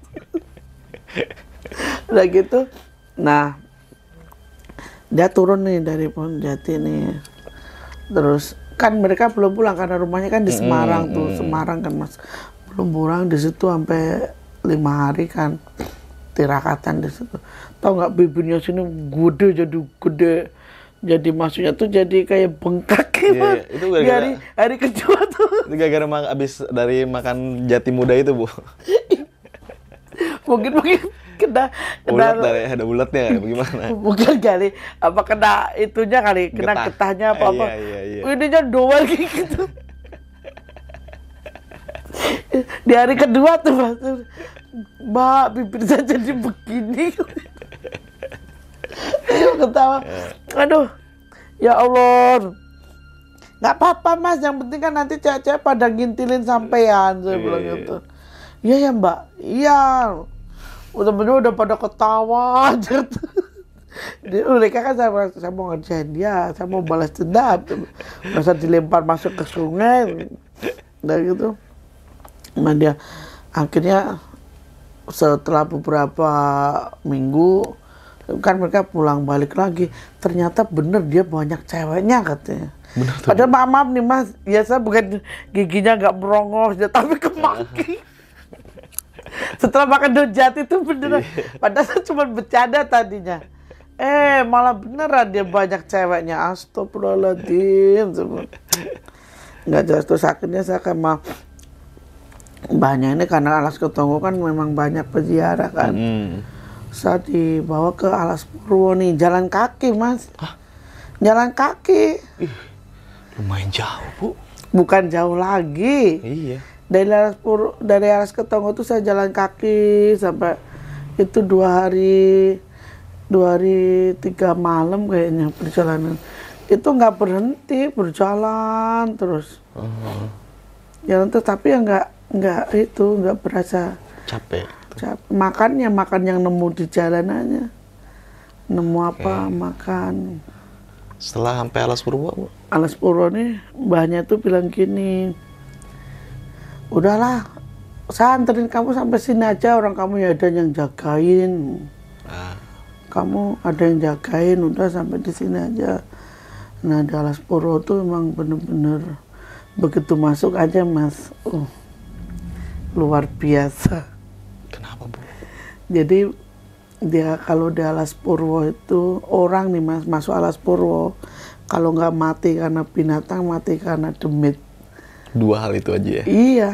Udah gitu, nah dia turun nih dari pohon jati nih. Terus kan mereka belum pulang karena rumahnya kan di Semarang tuh, Semarang kan Mas. Belum pulang di situ sampai lima hari kan. tirakatan di situ. Tahu nggak bibirnya sini gede jadi gede. Jadi maksudnya tuh jadi kayak bengkak gitu. Yeah, itu gara-gara, di hari, hari kedua tuh. Itu gara-gara mak abis dari makan jati muda itu, Bu. mungkin mungkin kena kena ulat dari ada ulatnya bagaimana? Mungkin kali apa kena itunya kali, kena Getah. getahnya apa apa. Eh, iya, iya, iya. Ininya doang gitu. Di hari kedua tuh Mas. Mbak, bibir saya jadi begini. Ayo ketawa. Aduh, ya Allah. Nggak apa-apa Mas, yang penting kan nanti cewek-cewek pada ngintilin sampean. Saya bilang gitu. Iya ya Mbak, iya. Udah bener udah pada ketawa aja. Mereka kan saya, saya mau ngerjain dia, saya mau balas dendam. Masa dilempar masuk ke sungai. Dan gitu. Nah dia akhirnya setelah beberapa minggu kan mereka pulang balik lagi, ternyata bener dia banyak ceweknya katanya. Padahal maaf, maaf nih Mas, ya saya bukan giginya nggak merongos, tapi kemaki. Setelah makan daun jati itu beneran, padahal saya cuma bercanda tadinya. Eh malah beneran dia banyak ceweknya, astagfirullahaladzim. Nggak jelas, terus akhirnya saya kan mau banyak ini karena Alas Ketonggo kan memang banyak peziarah kan. Hmm. Saya dibawa ke Alas Purwo nih, jalan kaki Mas. Hah? Jalan kaki. Ih, lumayan jauh Bu. Bukan jauh lagi. Iya. Dari Alas Purwo, dari Alas Ketonggo tuh saya jalan kaki sampai itu dua hari, dua hari tiga malam kayaknya perjalanan. Itu nggak berhenti, berjalan terus. Uh-huh. Jalan terus, tapi ya nggak nggak itu nggak berasa capek. Capek. Makannya makan yang nemu di jalanannya. Nemu apa okay. Makan. Setelah sampai Alas Purwo, Bu? Alas Purwo nih mbahnya tuh bilang gini, udahlah, saya anterin kamu sampai sini aja, orang kamu ya ada yang jagain. Ah. Kamu ada yang jagain, udah sampai di sini aja. Nah di Alas Purwo tuh emang bener-bener begitu masuk aja Mas, uh, luar biasa. Kenapa Bu? Jadi dia kalau di Alas Purwo itu orang nih Mas masuk Alas Purwo kalau nggak mati karena binatang, mati karena demit. Dua hal itu aja ya? Iya.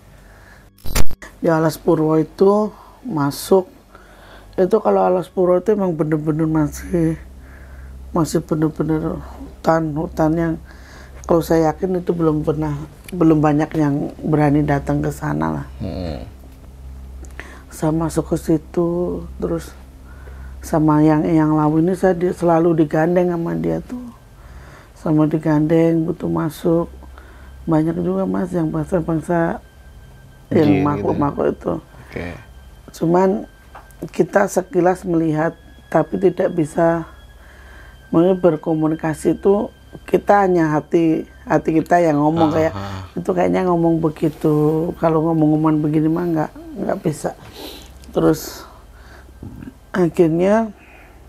Di Alas Purwo itu masuk itu kalau Alas Purwo itu emang bener-bener masih masih bener-bener hutan hutan yang kalau saya yakin itu belum pernah belum banyak yang berani datang ke sana lah. Hmm. Saya masuk ke situ terus sama yang yang lawu ini saya di, selalu digandeng sama dia tuh, sama digandeng butuh masuk. Banyak juga Mas yang bangsa-bangsa yang makhluk-makhluk itu. Okay. Cuman kita sekilas melihat tapi tidak bisa berkomunikasi itu, kita hanya hati hati kita yang ngomong. Aha. Kayak itu kayaknya ngomong begitu, kalau ngomong-ngomong begini mah nggak nggak bisa. Terus akhirnya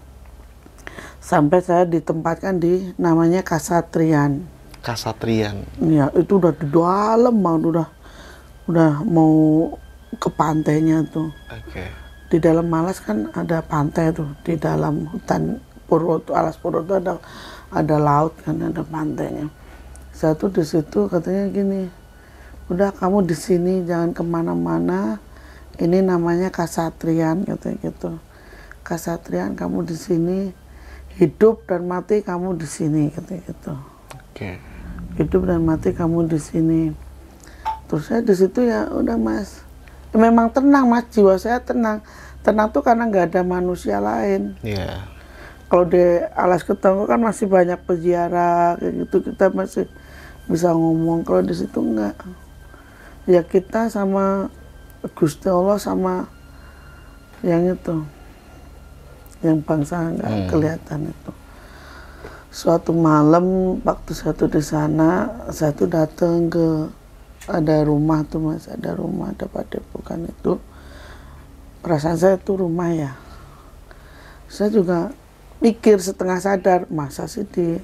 sampai saya ditempatkan di namanya Kasatrian. Kasatrian. Ya itu udah di dalam banget, udah udah mau ke pantainya tuh. Oke. Okay. Di dalam Malas kan ada pantai tuh, di dalam hutan Purwo tuh, Alas Purwo tuh ada ada laut kan, ada pantainya. Saya tuh di situ katanya gini, udah kamu di sini jangan kemana-mana. Ini namanya Kasatrian katanya gitu. Kasatrian kamu di sini, hidup dan mati kamu di sini katanya gitu. Oke. Okay. Hidup dan mati kamu di sini. Terus saya di situ ya udah Mas. Ya, memang tenang Mas, jiwa saya tenang. Tenang tuh karena nggak ada manusia lain. Iya. Yeah. Kalau di Alas Ketonggo kan masih banyak peziarah kayak gitu, kita masih bisa ngomong. Kalau di situ enggak. Ya kita sama Gusti Allah sama yang itu, yang bangsa nggak hmm. kelihatan itu. Suatu malam waktu saya tuh di sana, saya tuh datang ke ada rumah tuh Mas, ada rumah, ada padepokan itu. Perasaan saya tuh rumah ya. Saya juga mikir setengah sadar, masa sih di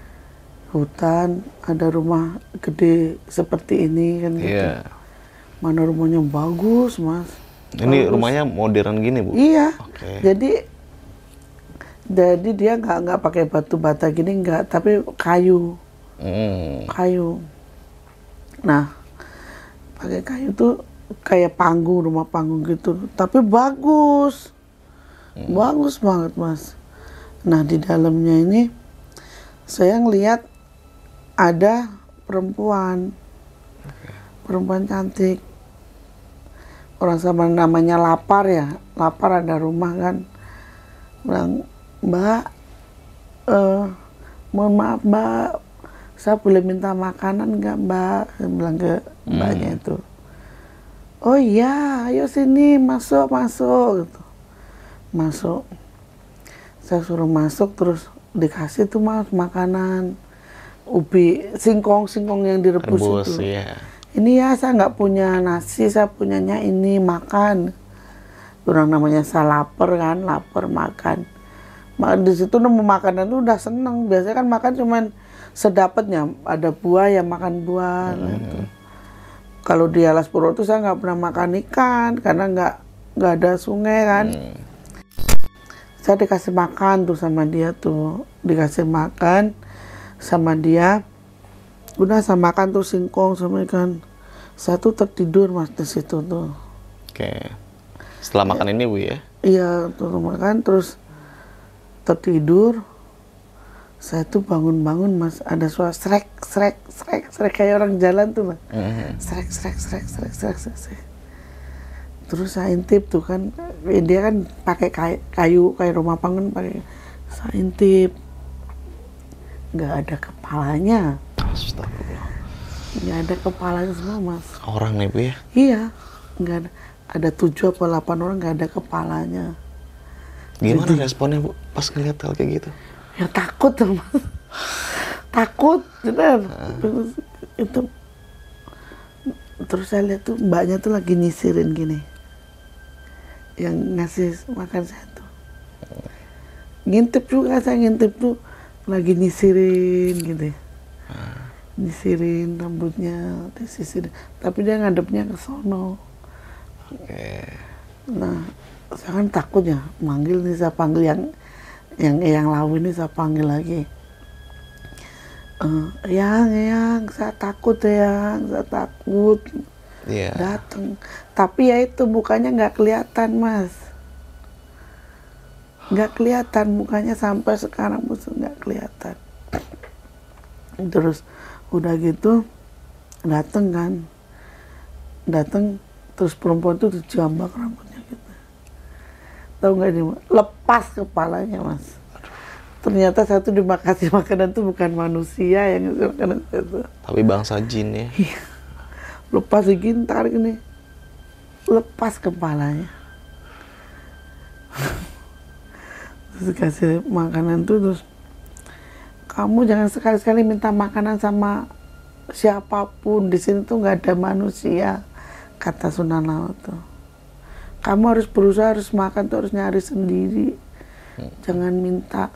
hutan ada rumah gede seperti ini kan gitu. Yeah. Mana rumahnya bagus Mas. Ini bagus. rumahnya modern gini, Bu? Iya. Oke. Jadi jadi dia nggak nggak pakai batu bata gini nggak, tapi kayu. Hmm. Kayu. Nah, pakai kayu tuh kayak panggung, rumah panggung gitu. Tapi bagus. Hmm. Bagus banget, Mas. Nah, di dalamnya ini saya ngelihat ada perempuan. Perempuan cantik. Orang sama namanya lapar ya. Lapar ada rumah kan. Bilang, "Mbak, eh, mohon maaf, Mbak. Saya boleh minta makanan nggak, Mbak?" Saya bilang ke mbaknya hmm. itu. "Oh iya, ayo sini, masuk, masuk." Gitu. Masuk. Saya suruh masuk, terus dikasih tuh Mas makanan. Ubi, singkong, singkong yang direbus Rebus, itu. Iya. "Ini ya, saya nggak punya nasi, saya punyanya ini, makan." Orang namanya saya lapar kan, lapar makan. Makan di situ nemu makanan tuh udah seneng. Biasanya kan makan cuman sedapatnya, ada buah ya makan buah. Hmm. Gitu. Kalau di Alas Purwo tuh saya nggak pernah makan ikan karena nggak nggak ada sungai kan. Hmm. Saya dikasih makan tuh sama dia tuh, dikasih makan sama dia. Udah saya makan tuh singkong sama ikan. Saya tuh tertidur Mas di situ tuh. Oke. Setelah makan ya, ini Bu ya? Iya, tuh makan terus tertidur. Saya tuh bangun-bangun Mas, ada suara srek, srek, srek, srek kayak orang jalan tuh Mas. Mm-hmm. Srek, srek, srek, srek, srek, srek, srek. Terus saya intip tuh kan, dia kan pakai kayu, kayu kayak rumah panggung pakai. Saya intip, nggak ada kepalanya. Astagfirullah. Nggak ada kepalanya semua Mas. Orang nih Bu ya? Iya, nggak ada. Ada tujuh atau delapan orang nggak ada kepalanya. Gimana Jadi, responnya Bu pas ngeliat hal kayak gitu? Ya takut dong Mas. Takut, benar. Terus, itu terus saya lihat tuh mbaknya tuh lagi nyisirin gini. Yang ngasih makan saya tuh. Ngintip juga, saya ngintip tuh lagi nyisirin gitu. Nyisirin rambutnya, disisirin. Tapi dia ngadepnya ke sono. Oke. Nah, saya kan takut ya, manggil nih, saya panggil yang yang yang lawan ini, saya panggil lagi. Uh, yang, yang, saya takut ya, saya takut. Yeah. Datang. Tapi ya itu mukanya nggak kelihatan Mas. Nggak kelihatan mukanya sampai sekarang pun nggak kelihatan. Terus udah gitu dateng kan, dateng terus perempuan itu dijambak rambutnya gitu. Tahu nggak ini? Lepas kepalanya Mas. Ternyata satu dimakasih makanan itu bukan manusia yang ngasih makanan itu. Tapi bangsa jin ya. Lepas segini tarik nih, lepas kepalanya. Terus kasih makanan tuh, terus kamu jangan sekali-sekali minta makanan sama siapapun, di sini tuh nggak ada manusia, kata Sunan Laut tuh. Kamu harus berusaha, harus makan tuh harus nyari sendiri, hmm. jangan minta.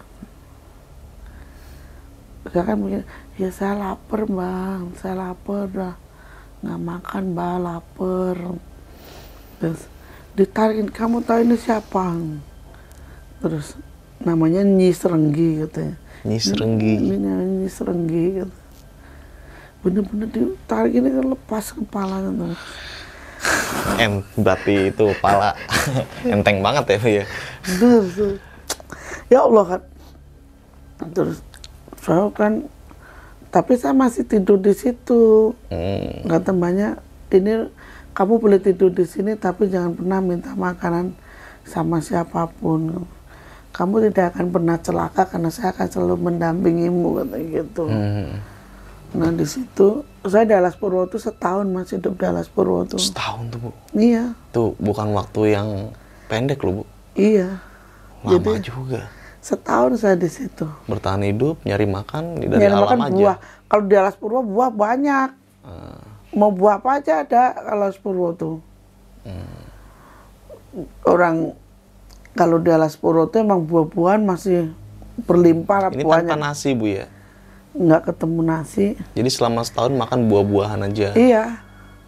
Saya kan mikir, ya saya lapar bang, saya lapar dah, nggak makan bang, lapar. Terus ditarikin, kamu tahu ini siapa? Terus namanya Nyi Serenggi katanya. Nyi Serenggi. Ini namanya Nyi Serenggi gitu. Bener-bener ditarik ini kan lepas kepalanya tuh. Em, berarti itu pala enteng banget ya Bu ya. Bener tuh. Ya Allah kan. Terus saya kan, tapi saya masih tidur di situ. Hmm. Kata mbaknya, ini kamu boleh tidur di sini tapi jangan pernah minta makanan sama siapapun. Kamu tidak akan pernah celaka karena saya akan selalu mendampingimu, kata gitu. Hmm. Nah di situ saya di Alas Purwo tuh setahun Mas, hidup di Alas Purwo tuh. Setahun tuh Bu? Iya. Tuh bukan waktu yang pendek loh Bu. Iya. Lama Jadi, juga. Setahun saya di situ. Bertahan hidup, nyari makan dari nyari alam makan aja. Buah. Kalau di Alas Purwo buah banyak. Hmm. Mau buah apa aja ada Alas Purwo tuh. Hmm. Orang kalau di Alas Purwo tuh emang buah-buahan masih berlimpah. Ini buahnya. Tanpa nasi Bu ya? Nggak ketemu nasi. Jadi selama setahun makan buah-buahan aja? Iya.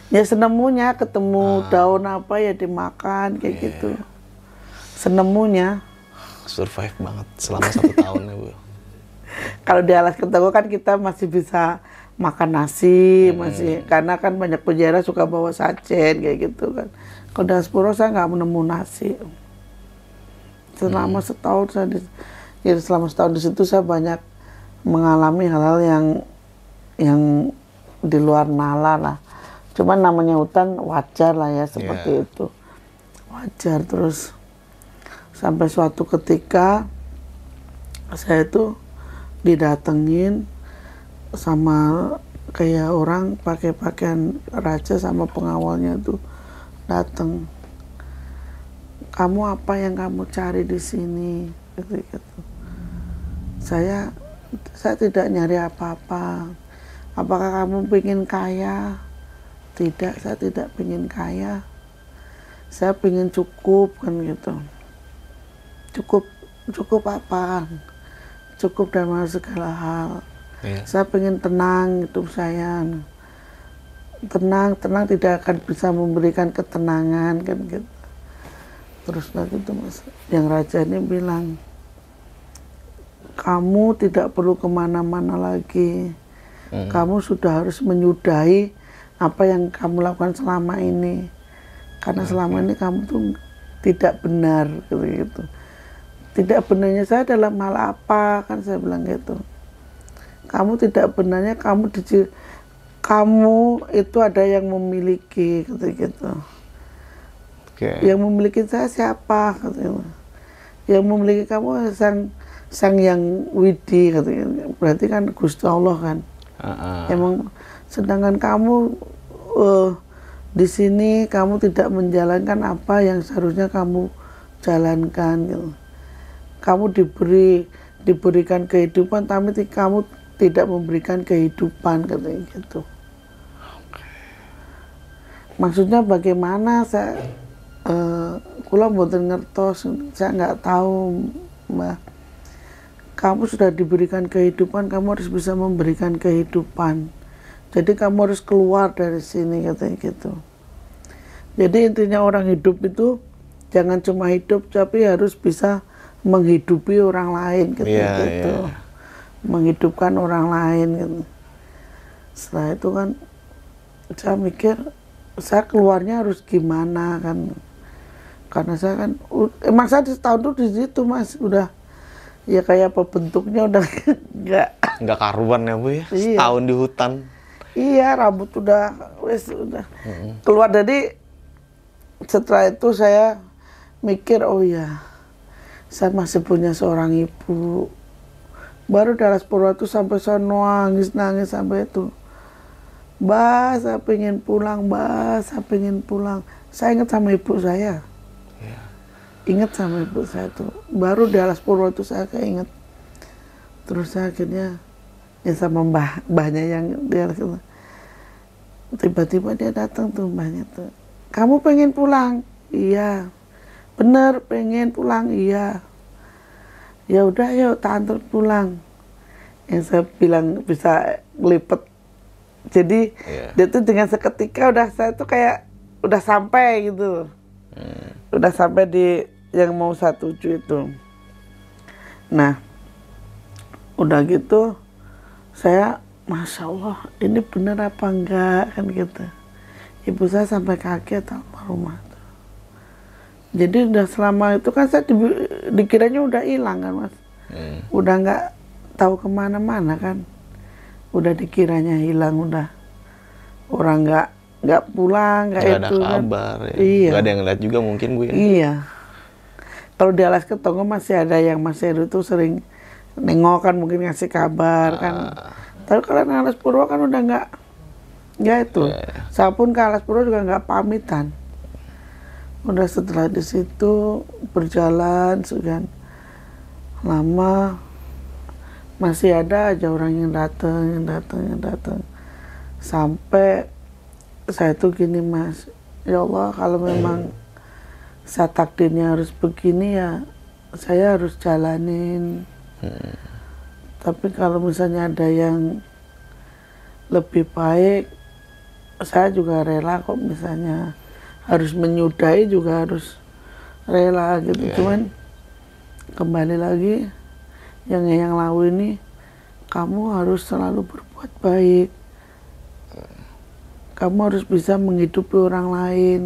Ya senemunya ketemu Ah. daun apa ya dimakan kayak Yeah. gitu. Senemunya. Survive banget selama satu tahun ya Bu. Kalau di alas ketemu kan kita masih bisa makan nasi, Hmm. masih karena kan banyak penjara suka bawa sachet kayak gitu kan. Kalau di Aspuro saya nggak menemu nasi. Selama Hmm. setahun saya di, ya selama setahun di situ saya banyak mengalami hal-hal yang yang di luar nalar lah. Cuman namanya hutan wajar lah ya seperti Yeah. itu. Wajar. Terus sampai suatu ketika saya itu didatengin sama kayak orang pakai pakaian raja sama pengawalnya tuh datang. Kamu apa yang kamu cari di sini? Gitu, gitu. Saya saya tidak nyari apa-apa. Apakah kamu ingin kaya? Tidak, saya tidak ingin kaya. Saya ingin cukup kan gitu. Cukup, cukup apa? Cukup dalam segala hal. Yeah. Saya ingin tenang hidup saya. Tenang, tenang tidak akan bisa memberikan ketenangan kan gitu. Terus begitu mas, yang raja ini bilang, kamu tidak perlu kemana-mana lagi. Hmm. Kamu sudah harus menyudahi apa yang kamu lakukan selama ini. Karena selama ini kamu tuh tidak benar gitu. Tidak benarnya saya dalam hal apa, kan saya bilang gitu. Kamu tidak benarnya kamu di kamu itu ada yang memiliki gitu gitu. Okay. Yang memiliki saya siapa gitu. Yang memiliki kamu sang sang yang widi gitu. Berarti kan Gusti Allah kan. Uh-uh. Emang sedangkan kamu uh, di sini kamu tidak menjalankan apa yang seharusnya kamu jalankan gitu. Kamu diberi diberikan kehidupan tapi kamu tidak memberikan kehidupan katanya gitu. Maksudnya bagaimana saya uh, kula mboten ngertos, saya nggak tahu Mbak. Kamu sudah diberikan kehidupan, kamu harus bisa memberikan kehidupan. Jadi kamu harus keluar dari sini katanya gitu. Jadi intinya orang hidup itu jangan cuma hidup tapi harus bisa menghidupi orang lain gitu, Yeah, gitu. yeah. Menghidupkan orang lain gitu. Setelah itu kan saya mikir saya keluarnya harus gimana kan, karena saya kan emang saya setahun tuh di situ mas udah ya kayak apa bentuknya udah nggak Nggak karuan ya Bu ya, Iya. setahun di hutan. iya rambut udah wes udah Mm-hmm. keluar. Jadi setelah itu saya mikir oh ya saya masih punya seorang ibu. Baru dari Aspuro itu sampai saya nangis-nangis sampai itu. Mbak, saya pengen pulang, Mbak, saya pengen pulang. Saya ingat sama ibu saya. Yeah. Ingat sama ibu saya tuh. Baru di Aspuro itu saya keinget. Terus saya akhirnya ya sama mbah, mbahnya yang di Alas itu. Tiba-tiba dia datang tuh mbahnya tuh. Kamu pengen pulang? Iya. Bener, pengen pulang? Iya. Ya udah yuk tak antar pulang. Yang saya bilang bisa ngelipet. Jadi Yeah. dia tuh dengan seketika udah saya tuh kayak udah sampai gitu. Hmm. Udah sampai di yang mau saya tuju itu. Nah, udah gitu saya Masya Allah ini bener apa enggak kan gitu. Ibu saya sampai kaget almarhumah. Jadi udah selama itu kan saya di, dikiranya udah hilang kan mas. Hmm. Udah nggak tahu kemana-mana kan. Udah dikiranya hilang udah. Orang nggak nggak pulang nggak Nggak ada itu kan. kabar ya. Iya. Nggak ada yang lihat juga mungkin Bu ya. Iya. Kalau di Alas Ketonggo masih ada yang masih itu sering nengok kan mungkin ngasih kabar kan. Ah. Tapi kalau di Alas Purwo kan udah nggak nggak itu. Yeah. Saya pun ke Alas Purwo juga nggak pamitan. Udah setelah di situ berjalan sekian lama masih ada aja orang yang datang, yang datang, yang datang. Sampai saya tuh gini mas, ya Allah kalau memang saya takdirnya harus begini ya saya harus jalanin. Hmm. Tapi kalau misalnya ada yang lebih baik saya juga rela kok, misalnya harus menyudahi juga harus rela gitu. Yeah. Cuman kembali lagi yang yang lalu ini, kamu harus selalu berbuat baik, kamu harus bisa menghidupi orang lain.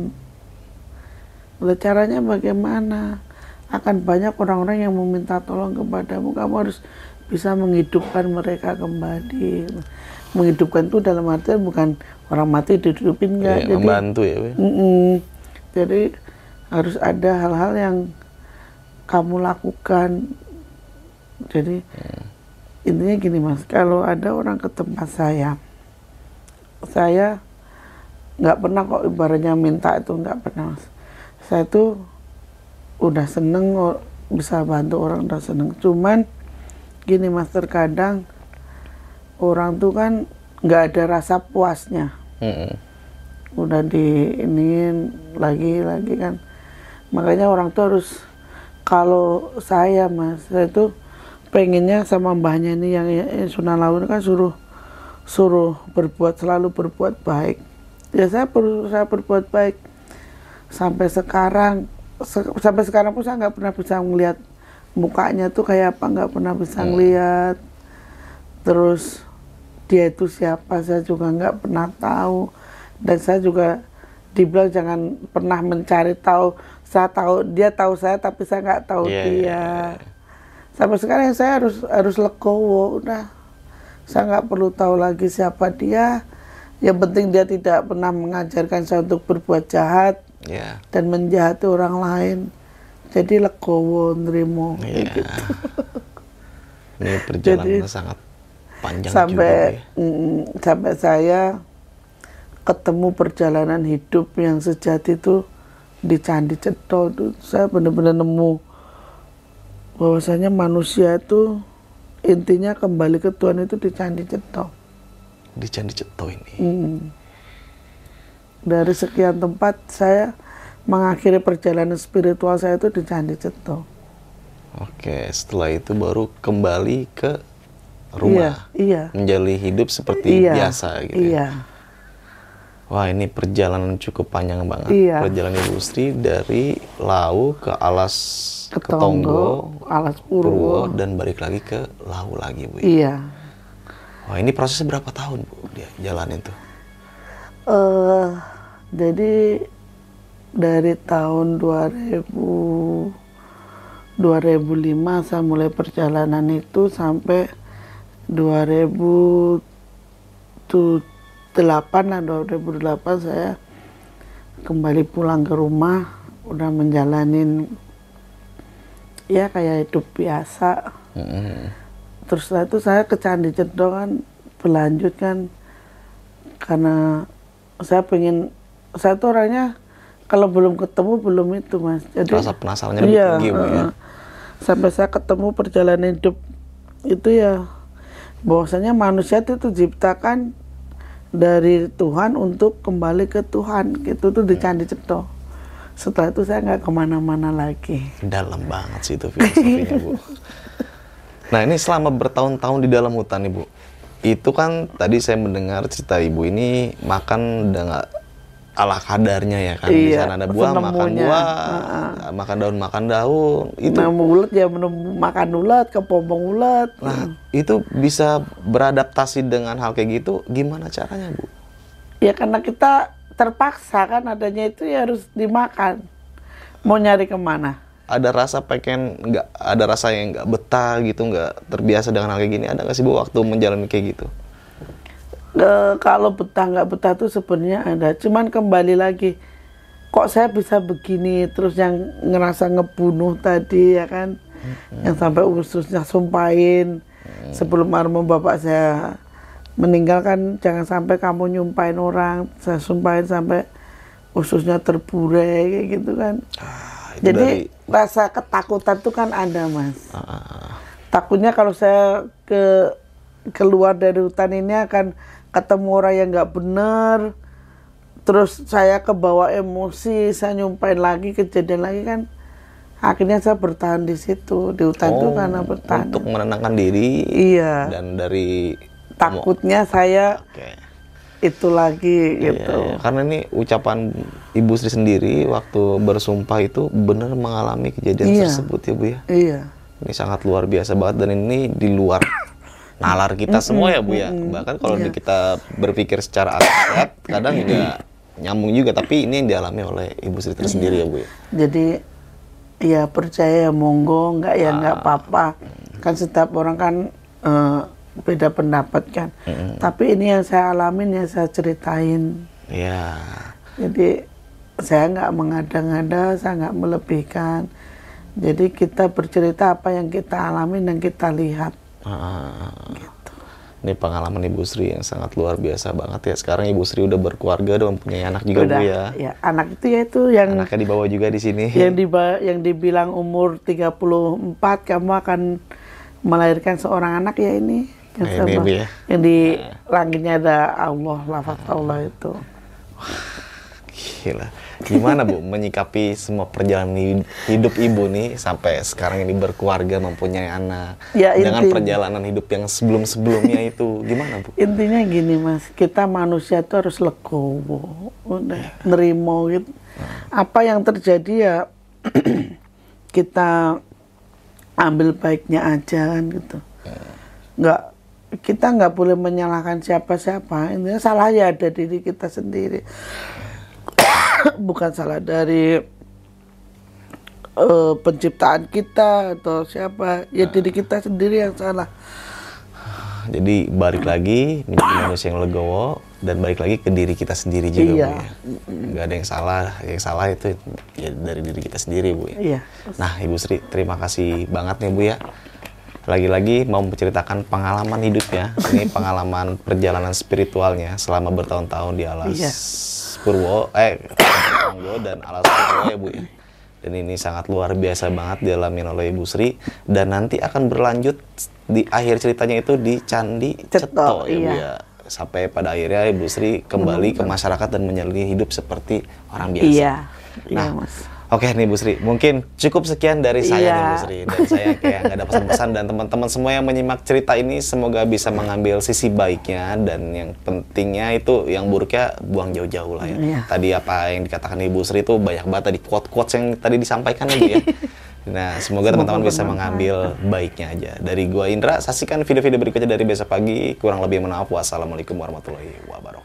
Oleh caranya bagaimana? Akan banyak orang-orang yang meminta tolong kepadamu, kamu harus bisa menghidupkan mereka kembali. Menghidupkan itu dalam artian bukan orang mati dihidupin, enggak. Jadi membantu ya. Mm -mm. Jadi harus ada hal-hal yang kamu lakukan. Jadi hmm. intinya gini Mas, kalau ada orang ke tempat saya, saya nggak pernah kok ibaratnya minta itu, nggak pernah Mas. Saya tuh udah seneng bisa bantu orang, udah seneng. Cuman gini Mas, terkadang orang tuh kan nggak ada rasa puasnya. Hmm. Udah di iniin lagi lagi kan. Makanya orang tuh harus, kalau saya Mas, saya tuh pengennya sama mbahnya ini yang, yang Sunan Lawu kan suruh suruh berbuat, selalu berbuat baik. Ya saya berusaha berbuat baik sampai sekarang. Se sampai sekarang pun saya nggak pernah bisa melihat mukanya tuh kayak apa, nggak pernah bisa ngelihat. Terus dia itu siapa saya juga nggak pernah tahu, dan saya juga dibilang jangan pernah mencari tahu. Saya tahu dia tahu saya, tapi saya nggak tahu yeah, dia. Yeah. Sampai sekarang saya harus harus legowo, udah saya nggak perlu tahu lagi siapa dia. Yang penting dia tidak pernah mengajarkan saya untuk berbuat jahat yeah. dan menjahati orang lain. Jadi legowo, nerimo, yeah. gitu. Ini perjalanan sangat panjang sampai juga, ya. mm, sampai saya ketemu perjalanan hidup yang sejati itu di Candi Cetho. Itu saya benar-benar nemu bahwasanya manusia itu intinya kembali ke Tuhan itu di Candi Cetho. Di Candi Cetho ini. Mm. Dari sekian tempat saya mengakhiri perjalanan spiritual saya itu di Candi Cetho. Oke, setelah itu baru kembali ke rumah, iya, iya. menjalani hidup seperti iya, biasa gitu. Iya. Ya? Wah, ini perjalanan cukup panjang banget. Iya. Perjalanan Ibu Sri dari Lawu ke Alas Ketonggo, Ketonggo, Alas Purwo, dan balik lagi ke Lawu lagi, Bu. Iya. Wah, ini prosesnya berapa tahun, Bu, dia jalanin tuh? Uh, jadi dari tahun dua ribu, dua ribu lima saya mulai perjalanan itu sampai dua ribu delapan lah, dua ribu delapan saya kembali pulang ke rumah, udah menjalanin ya kayak hidup biasa. Mm-hmm. Terus setelah itu saya ke Candi Cetho kan, berlanjut kan, karena saya pengen, saya tuh orangnya kalau belum ketemu belum itu Mas. Jadi rasa penasarannya lebih iya, tinggi, Bu, ya. Sampai saya ketemu perjalanan hidup itu ya, bahwasanya manusia itu diciptakan dari Tuhan untuk kembali ke Tuhan, gitu tuh di Candi Cetho. Setelah itu saya nggak kemana-mana lagi. Dalam banget sih itu filosofinya, Bu. Nah, ini selama bertahun-tahun di dalam hutan, Ibu, itu kan tadi saya mendengar cerita Ibu ini makan udah nggak ala kadarnya ya kan. Iya, di sana ada buah, makan buah, uh-uh. makan daun, makan daun. Itu nah, ulet ya makan ulet, kepompong ulet. Nah, itu bisa beradaptasi dengan hal kayak gitu, gimana caranya, Bu? Ya karena kita terpaksa kan, adanya itu ya harus dimakan. Mau nyari kemana? Ada rasa pengen, nggak ada rasa yang nggak betah gitu, nggak terbiasa dengan hal kayak gini. Ada nggak sih, Bu, waktu menjalani kayak gitu? E, kalau betah nggak betah tuh sebenarnya ada, cuman kembali lagi kok saya bisa begini, terus yang ngerasa ngebunuh tadi ya kan, hmm. yang sampai ususnya sumpahin, hmm. sebelum almarhum bapak saya meninggal kan, jangan sampai kamu nyumpahin orang, saya sumpahin sampai ususnya terburai kayak gitu kan. Ah, jadi dari... rasa ketakutan tuh kan ada Mas. Ah. Takutnya kalau saya ke keluar dari hutan ini akan ketemu orang yang nggak benar, terus saya kebawa emosi, saya nyumpain lagi, kejadian lagi kan, akhirnya saya bertahan di situ, di hutan itu oh, karena bertahan. Untuk menenangkan diri. Iya. Dan dari takutnya saya okay. itu lagi gitu. Iya, iya. Karena ini ucapan Ibu Sri sendiri waktu bersumpah itu benar mengalami kejadian Iya. tersebut ya Bu ya. Iya. Ini sangat luar biasa banget dan ini di luar nalar kita semua ya Bu ya. Bahkan kalau Iya. kita berpikir secara sehat kadang juga nyambung juga, tapi ini yang dialami oleh Ibu Sri tersendiri ya Bu ya. Jadi ya percaya ya monggo, nggak ya nggak apa-apa. Kan setiap orang kan eh, beda pendapat kan. Tapi ini yang saya alamin ya saya ceritain. Iya. Jadi saya nggak mengada-ngada, saya nggak melebihkan. Jadi kita bercerita apa yang kita alami dan kita lihat. Ah, Ini pengalaman Ibu Sri yang sangat luar biasa banget ya. Sekarang Ibu Sri udah berkeluarga dan mempunyai anak juga Udah, Bu ya. ya. Anak itu ya itu yang Anaknya dibawa juga di sini. yang diba yang dibilang umur tiga puluh empat kamu akan melahirkan seorang anak ya ini. Yang, Nah, ini, sama- Bu ya. yang di langitnya ada Allah, lafaz Allah itu. Gila. Gimana Bu menyikapi semua perjalanan hidup Ibu nih sampai sekarang ini berkeluarga, mempunyai anak. Ya, dengan inti- perjalanan hidup yang sebelum-sebelumnya itu gimana Bu? Intinya gini Mas, kita manusia itu harus legowo, udah nerimo gitu. Apa yang terjadi ya kita ambil baiknya aja kan gitu. Nggak, kita nggak boleh menyalahkan siapa-siapa. Intinya salah ya ada diri kita sendiri. Bukan salah dari eh, penciptaan kita atau siapa. Ya diri kita sendiri yang salah. Jadi balik lagi menjadi manusia yang legowo dan balik lagi ke diri kita sendiri juga Iya. Bu ya. Nggak ada yang salah, yang salah itu ya dari diri kita sendiri Bu ya. Iya. Nah Ibu Sri terima kasih banget nih Bu ya. Lagi-lagi mau menceritakan pengalaman hidupnya. Ini pengalaman perjalanan spiritualnya selama bertahun-tahun di alas Iya. Purwo, eh Purwo dan alas Purwo ya Bu ya. Dan ini sangat luar biasa banget dialami oleh Ibu Sri dan nanti akan berlanjut di akhir ceritanya itu di Candi Ceto, Ceto ya Bu iya. ya. Sampai pada akhirnya Ibu Sri kembali ke masyarakat dan menjalani hidup seperti orang biasa. Iya. Iya Nah, Mas. Oke nih Bu Sri, mungkin cukup sekian dari saya Iya. nih Bu Sri. Dan saya kayak nggak ada pesan-pesan dan teman-teman semua yang menyimak cerita ini semoga bisa mengambil sisi baiknya dan yang pentingnya itu yang buruknya buang jauh-jauh lah ya. Iya. Tadi apa yang dikatakan Ibu Sri itu banyak banget tadi quote-quotes yang tadi disampaikan ya Bu ya. Nah, semoga Semoga teman-teman bisa bermanfaat. mengambil baiknya aja. Dari gua Indra, saksikan video-video berikutnya dari Besok Pagi. Kurang lebih mohon maaf. Wassalamualaikum warahmatullahi wabarakatuh.